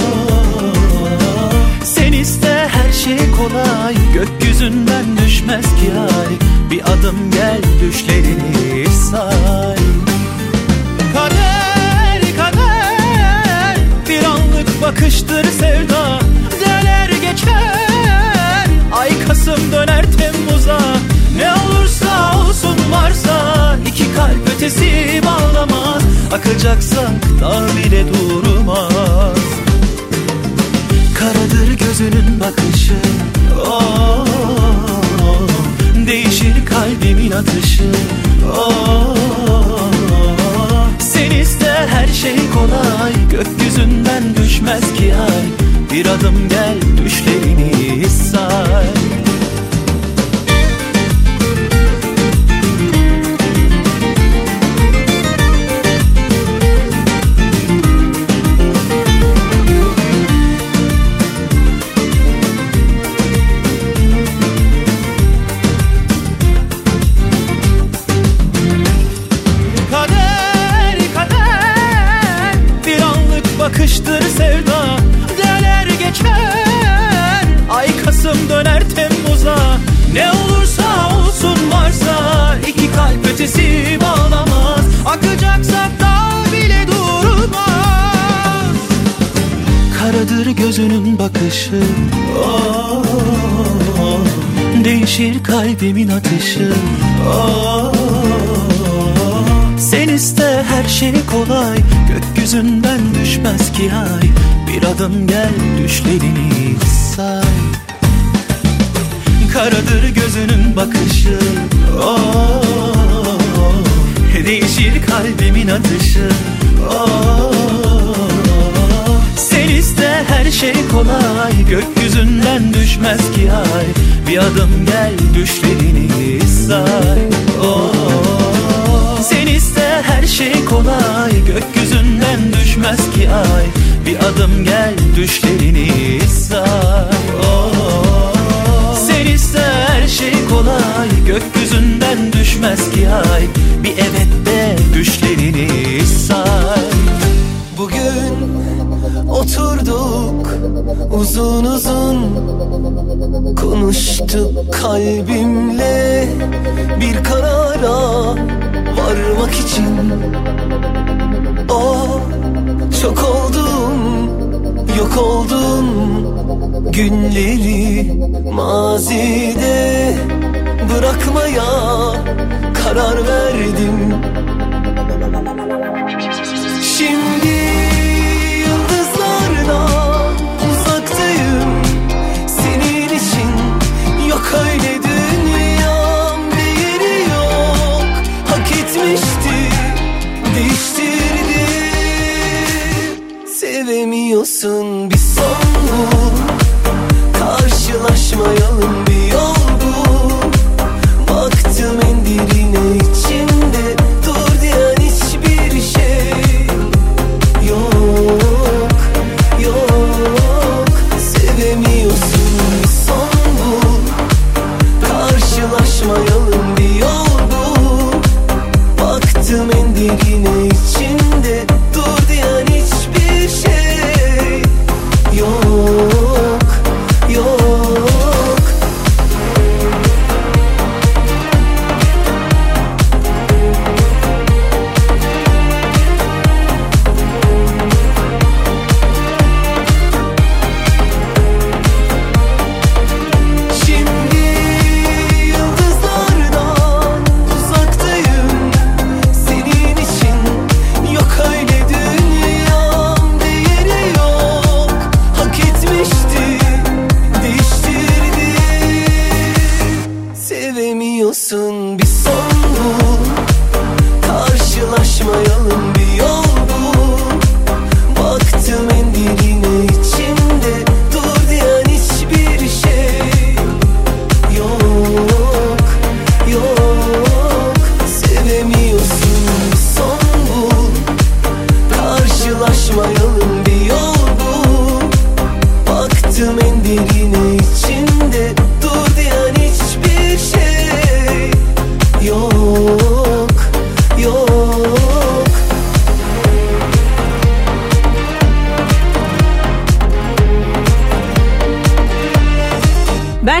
Sen iste her şey kolay, gökyüzünden düşmez ki ay. Bir adım gel düşlerini say. Kader kader, bir anlık bakıştır sevda. Deler geçer, ay Kasım döner Temmuz'a. Ne olursa olsun varsa, iki kalp ötesi bağlamaz. Akacaksak dağ bile durmaz. Karadır gözünün bakışı, oh, değişir kalbimin atışı, oh. Sen iste her şey kolay, gökyüzünden düşmez ki ay. Bir adım gel düşlerini say. Bakıştır sevda, deler geçer, ay Kasım döner Temmuz'a. Ne olursa olsun varsa, iki kalp ötesi bağlamaz. Akacaksak dağ bile durmaz. Karadır gözünün bakışı, oh, değişir kalbimin atışı, oh. Sen iste her şey kolay, gökyüzünden düşmez ki ay. Bir adım gel düşlerini say. Karadır gözünün bakışı, oh, değişir kalbimin atışı, oh. Sen iste her şey kolay, gökyüzünden düşmez ki ay. Bir adım gel düşlerini say, oh. Sen iste her şey kolay, gökyüzünden düşmez ki ay. Bir adım gel düşlerini say, oh. Sen iste her şey kolay, gökyüzünden düşmez ki ay. Bir evet de düşlerini say. Bugün oturduk uzun uzun, konuştuk kalbimle bir karara varmak için. Oh, çok oldum, yok oldum, günleri mazide bırakmaya karar verdim. Şimdi yıldızlardan uzaktayım, senin için yok öyle dünyam, bir yeri yok. Hak etmişti, değiştirdi. Sevemiyorsun, bir son bu. Karşılaşmayalım, bir yol bu. Baktım en derine içimde, dur diyen hiçbir şey yok, yok. Sevemiyorsun, bir son bu. Karşılaşmayalım, bir yol bu. Baktım en derine içimde, dur diyen hiçbir şey yok, yok.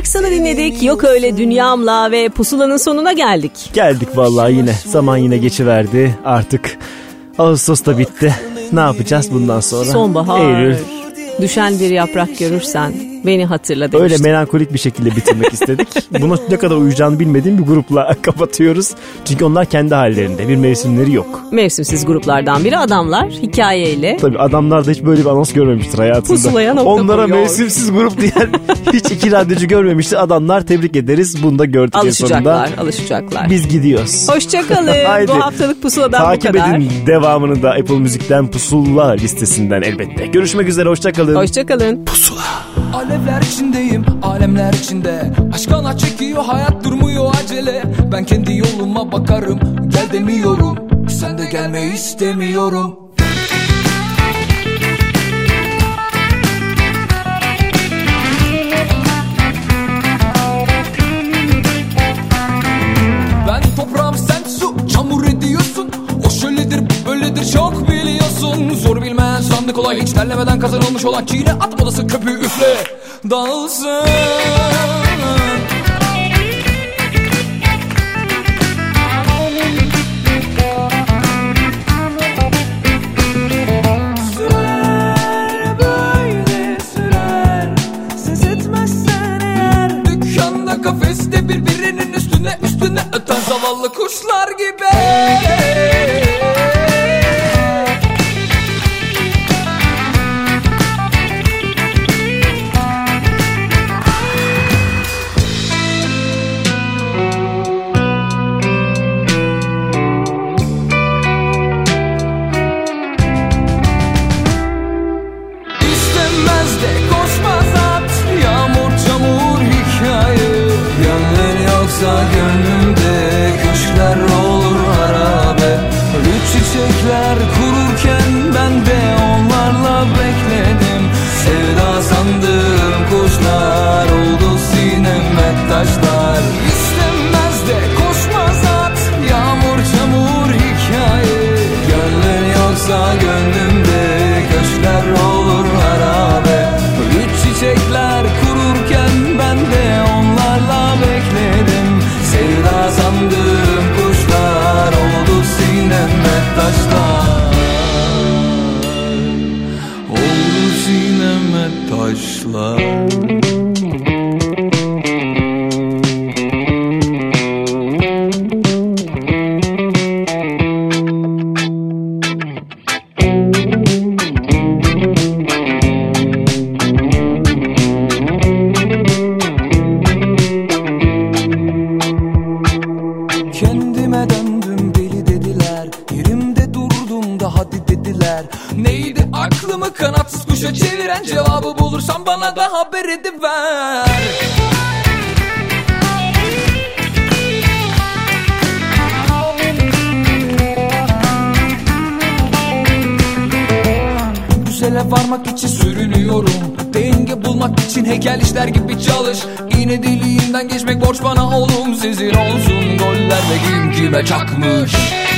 Aksan'ı dinledik. Yok öyle dünyamla ve Pusula'nın sonuna geldik. Geldik vallahi yine. Zaman yine geçiverdi. Artık Ağustos da bitti. Ne yapacağız bundan sonra? Sonbahar. Eylül. Düşen bir yaprak görürsen beni hatırla demiştim. Öyle melankolik bir şekilde bitirmek istedik. Buna ne kadar uyacağını bilmediğim bir grupla kapatıyoruz. Çünkü onlar kendi hallerinde. Bir mevsimleri yok. Mevsimsiz gruplardan biri Adamlar hikayeyle. Tabii Adamlar da hiç böyle bir anons görmemiştir hayatında. Pusulaya nokta Onlara koyuyor. mevsimsiz grup diyen hiç iki radyocu görmemiştir. Adamlar, tebrik ederiz. Bunu da gördük en sonunda. Alışacaklar. Biz gidiyoruz. Hoşçakalın. Haydi. Bu haftalık Pusula'dan Takip bu kadar. edin devamını da Apple Müzik'ten, Pusula listesinden elbette. Görüşmek üzere, hoşçakalın. Hoşçakalın. Pusula. Alevler içindeyim, alemler içinde. Aşk ana çekiyor, hayat durmuyor acele. Ben kendi yoluma bakarım, gel demiyorum. Sen de gelmeyi istemiyorum. Ben toprağım, sen su, çamur ediyorsun. O şöyledir, bu böyledir, çok biliyorsun. Zor bilmeyen sandı kolay, hiç terlemeden kazanılmış olan çiğne at modası, köpüğü üfle, dağılsın. Sürer böyle sürer, ses etmezsen eğer. Dükkanda, kafeste birbirinin üstüne öten zavallı kuşlar gibi. İstemez de koşmaz at, yağmur çamur hikaye. Gönlün yoksa gönlümde köşkler olur harabe. Ölü çiçekler kururken ben de onlarla bekledim. Sevda sandığım kuşlar oldu sineme taşlar. İstemez de koşmaz at, yağmur çamur hikaye. Gönlün yoksa gönlümde köşkler olur harabe. Ölü çiçekler kururken ben de onlarla bekledim. Sevda sandığım kuşlar oldu sineme taşlar. Oldu sineme taşlar. Kendime döndüm, deli dediler. Yerimde durdum da hadi dediler. Neydi aklımı kanatsız kuşa çeviren? Cevabı bulursan bana da haber ediver. Güzele varmak için sürünüyorum. Denge bulmak için heykel işler gibi çalış. İğne deliğinden geçmek borç bana oğlum. Sizin olsun goller ve kim kime çakmış.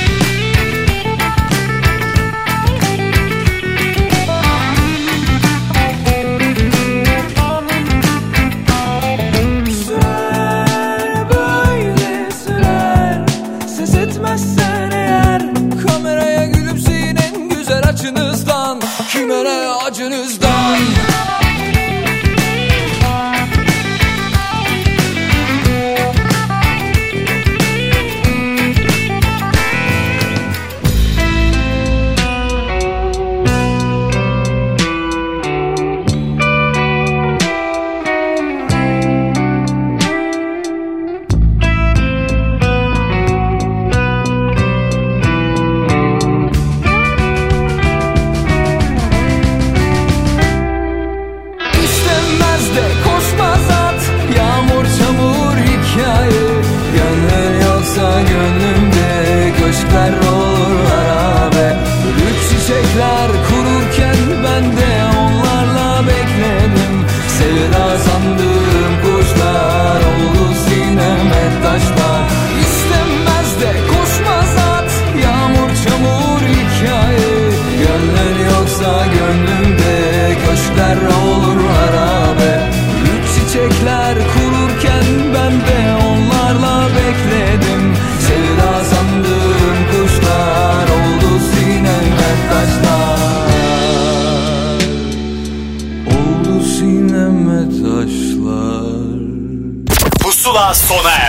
Sürer böyle sürer, ses etmezsen eğer. Kameraya gülümseyin en güzel açınızdan. Kime ne acınızdan. Gönlümde köşkler olur harabe. Büyük çiçekler kurur.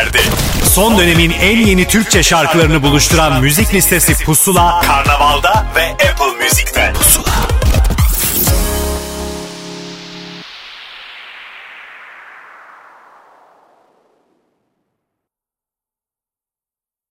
erdi. Son dönemin en yeni Türkçe şarkılarını buluşturan müzik listesi Pusula, Karnaval'da ve Apple Music'te. Pusula.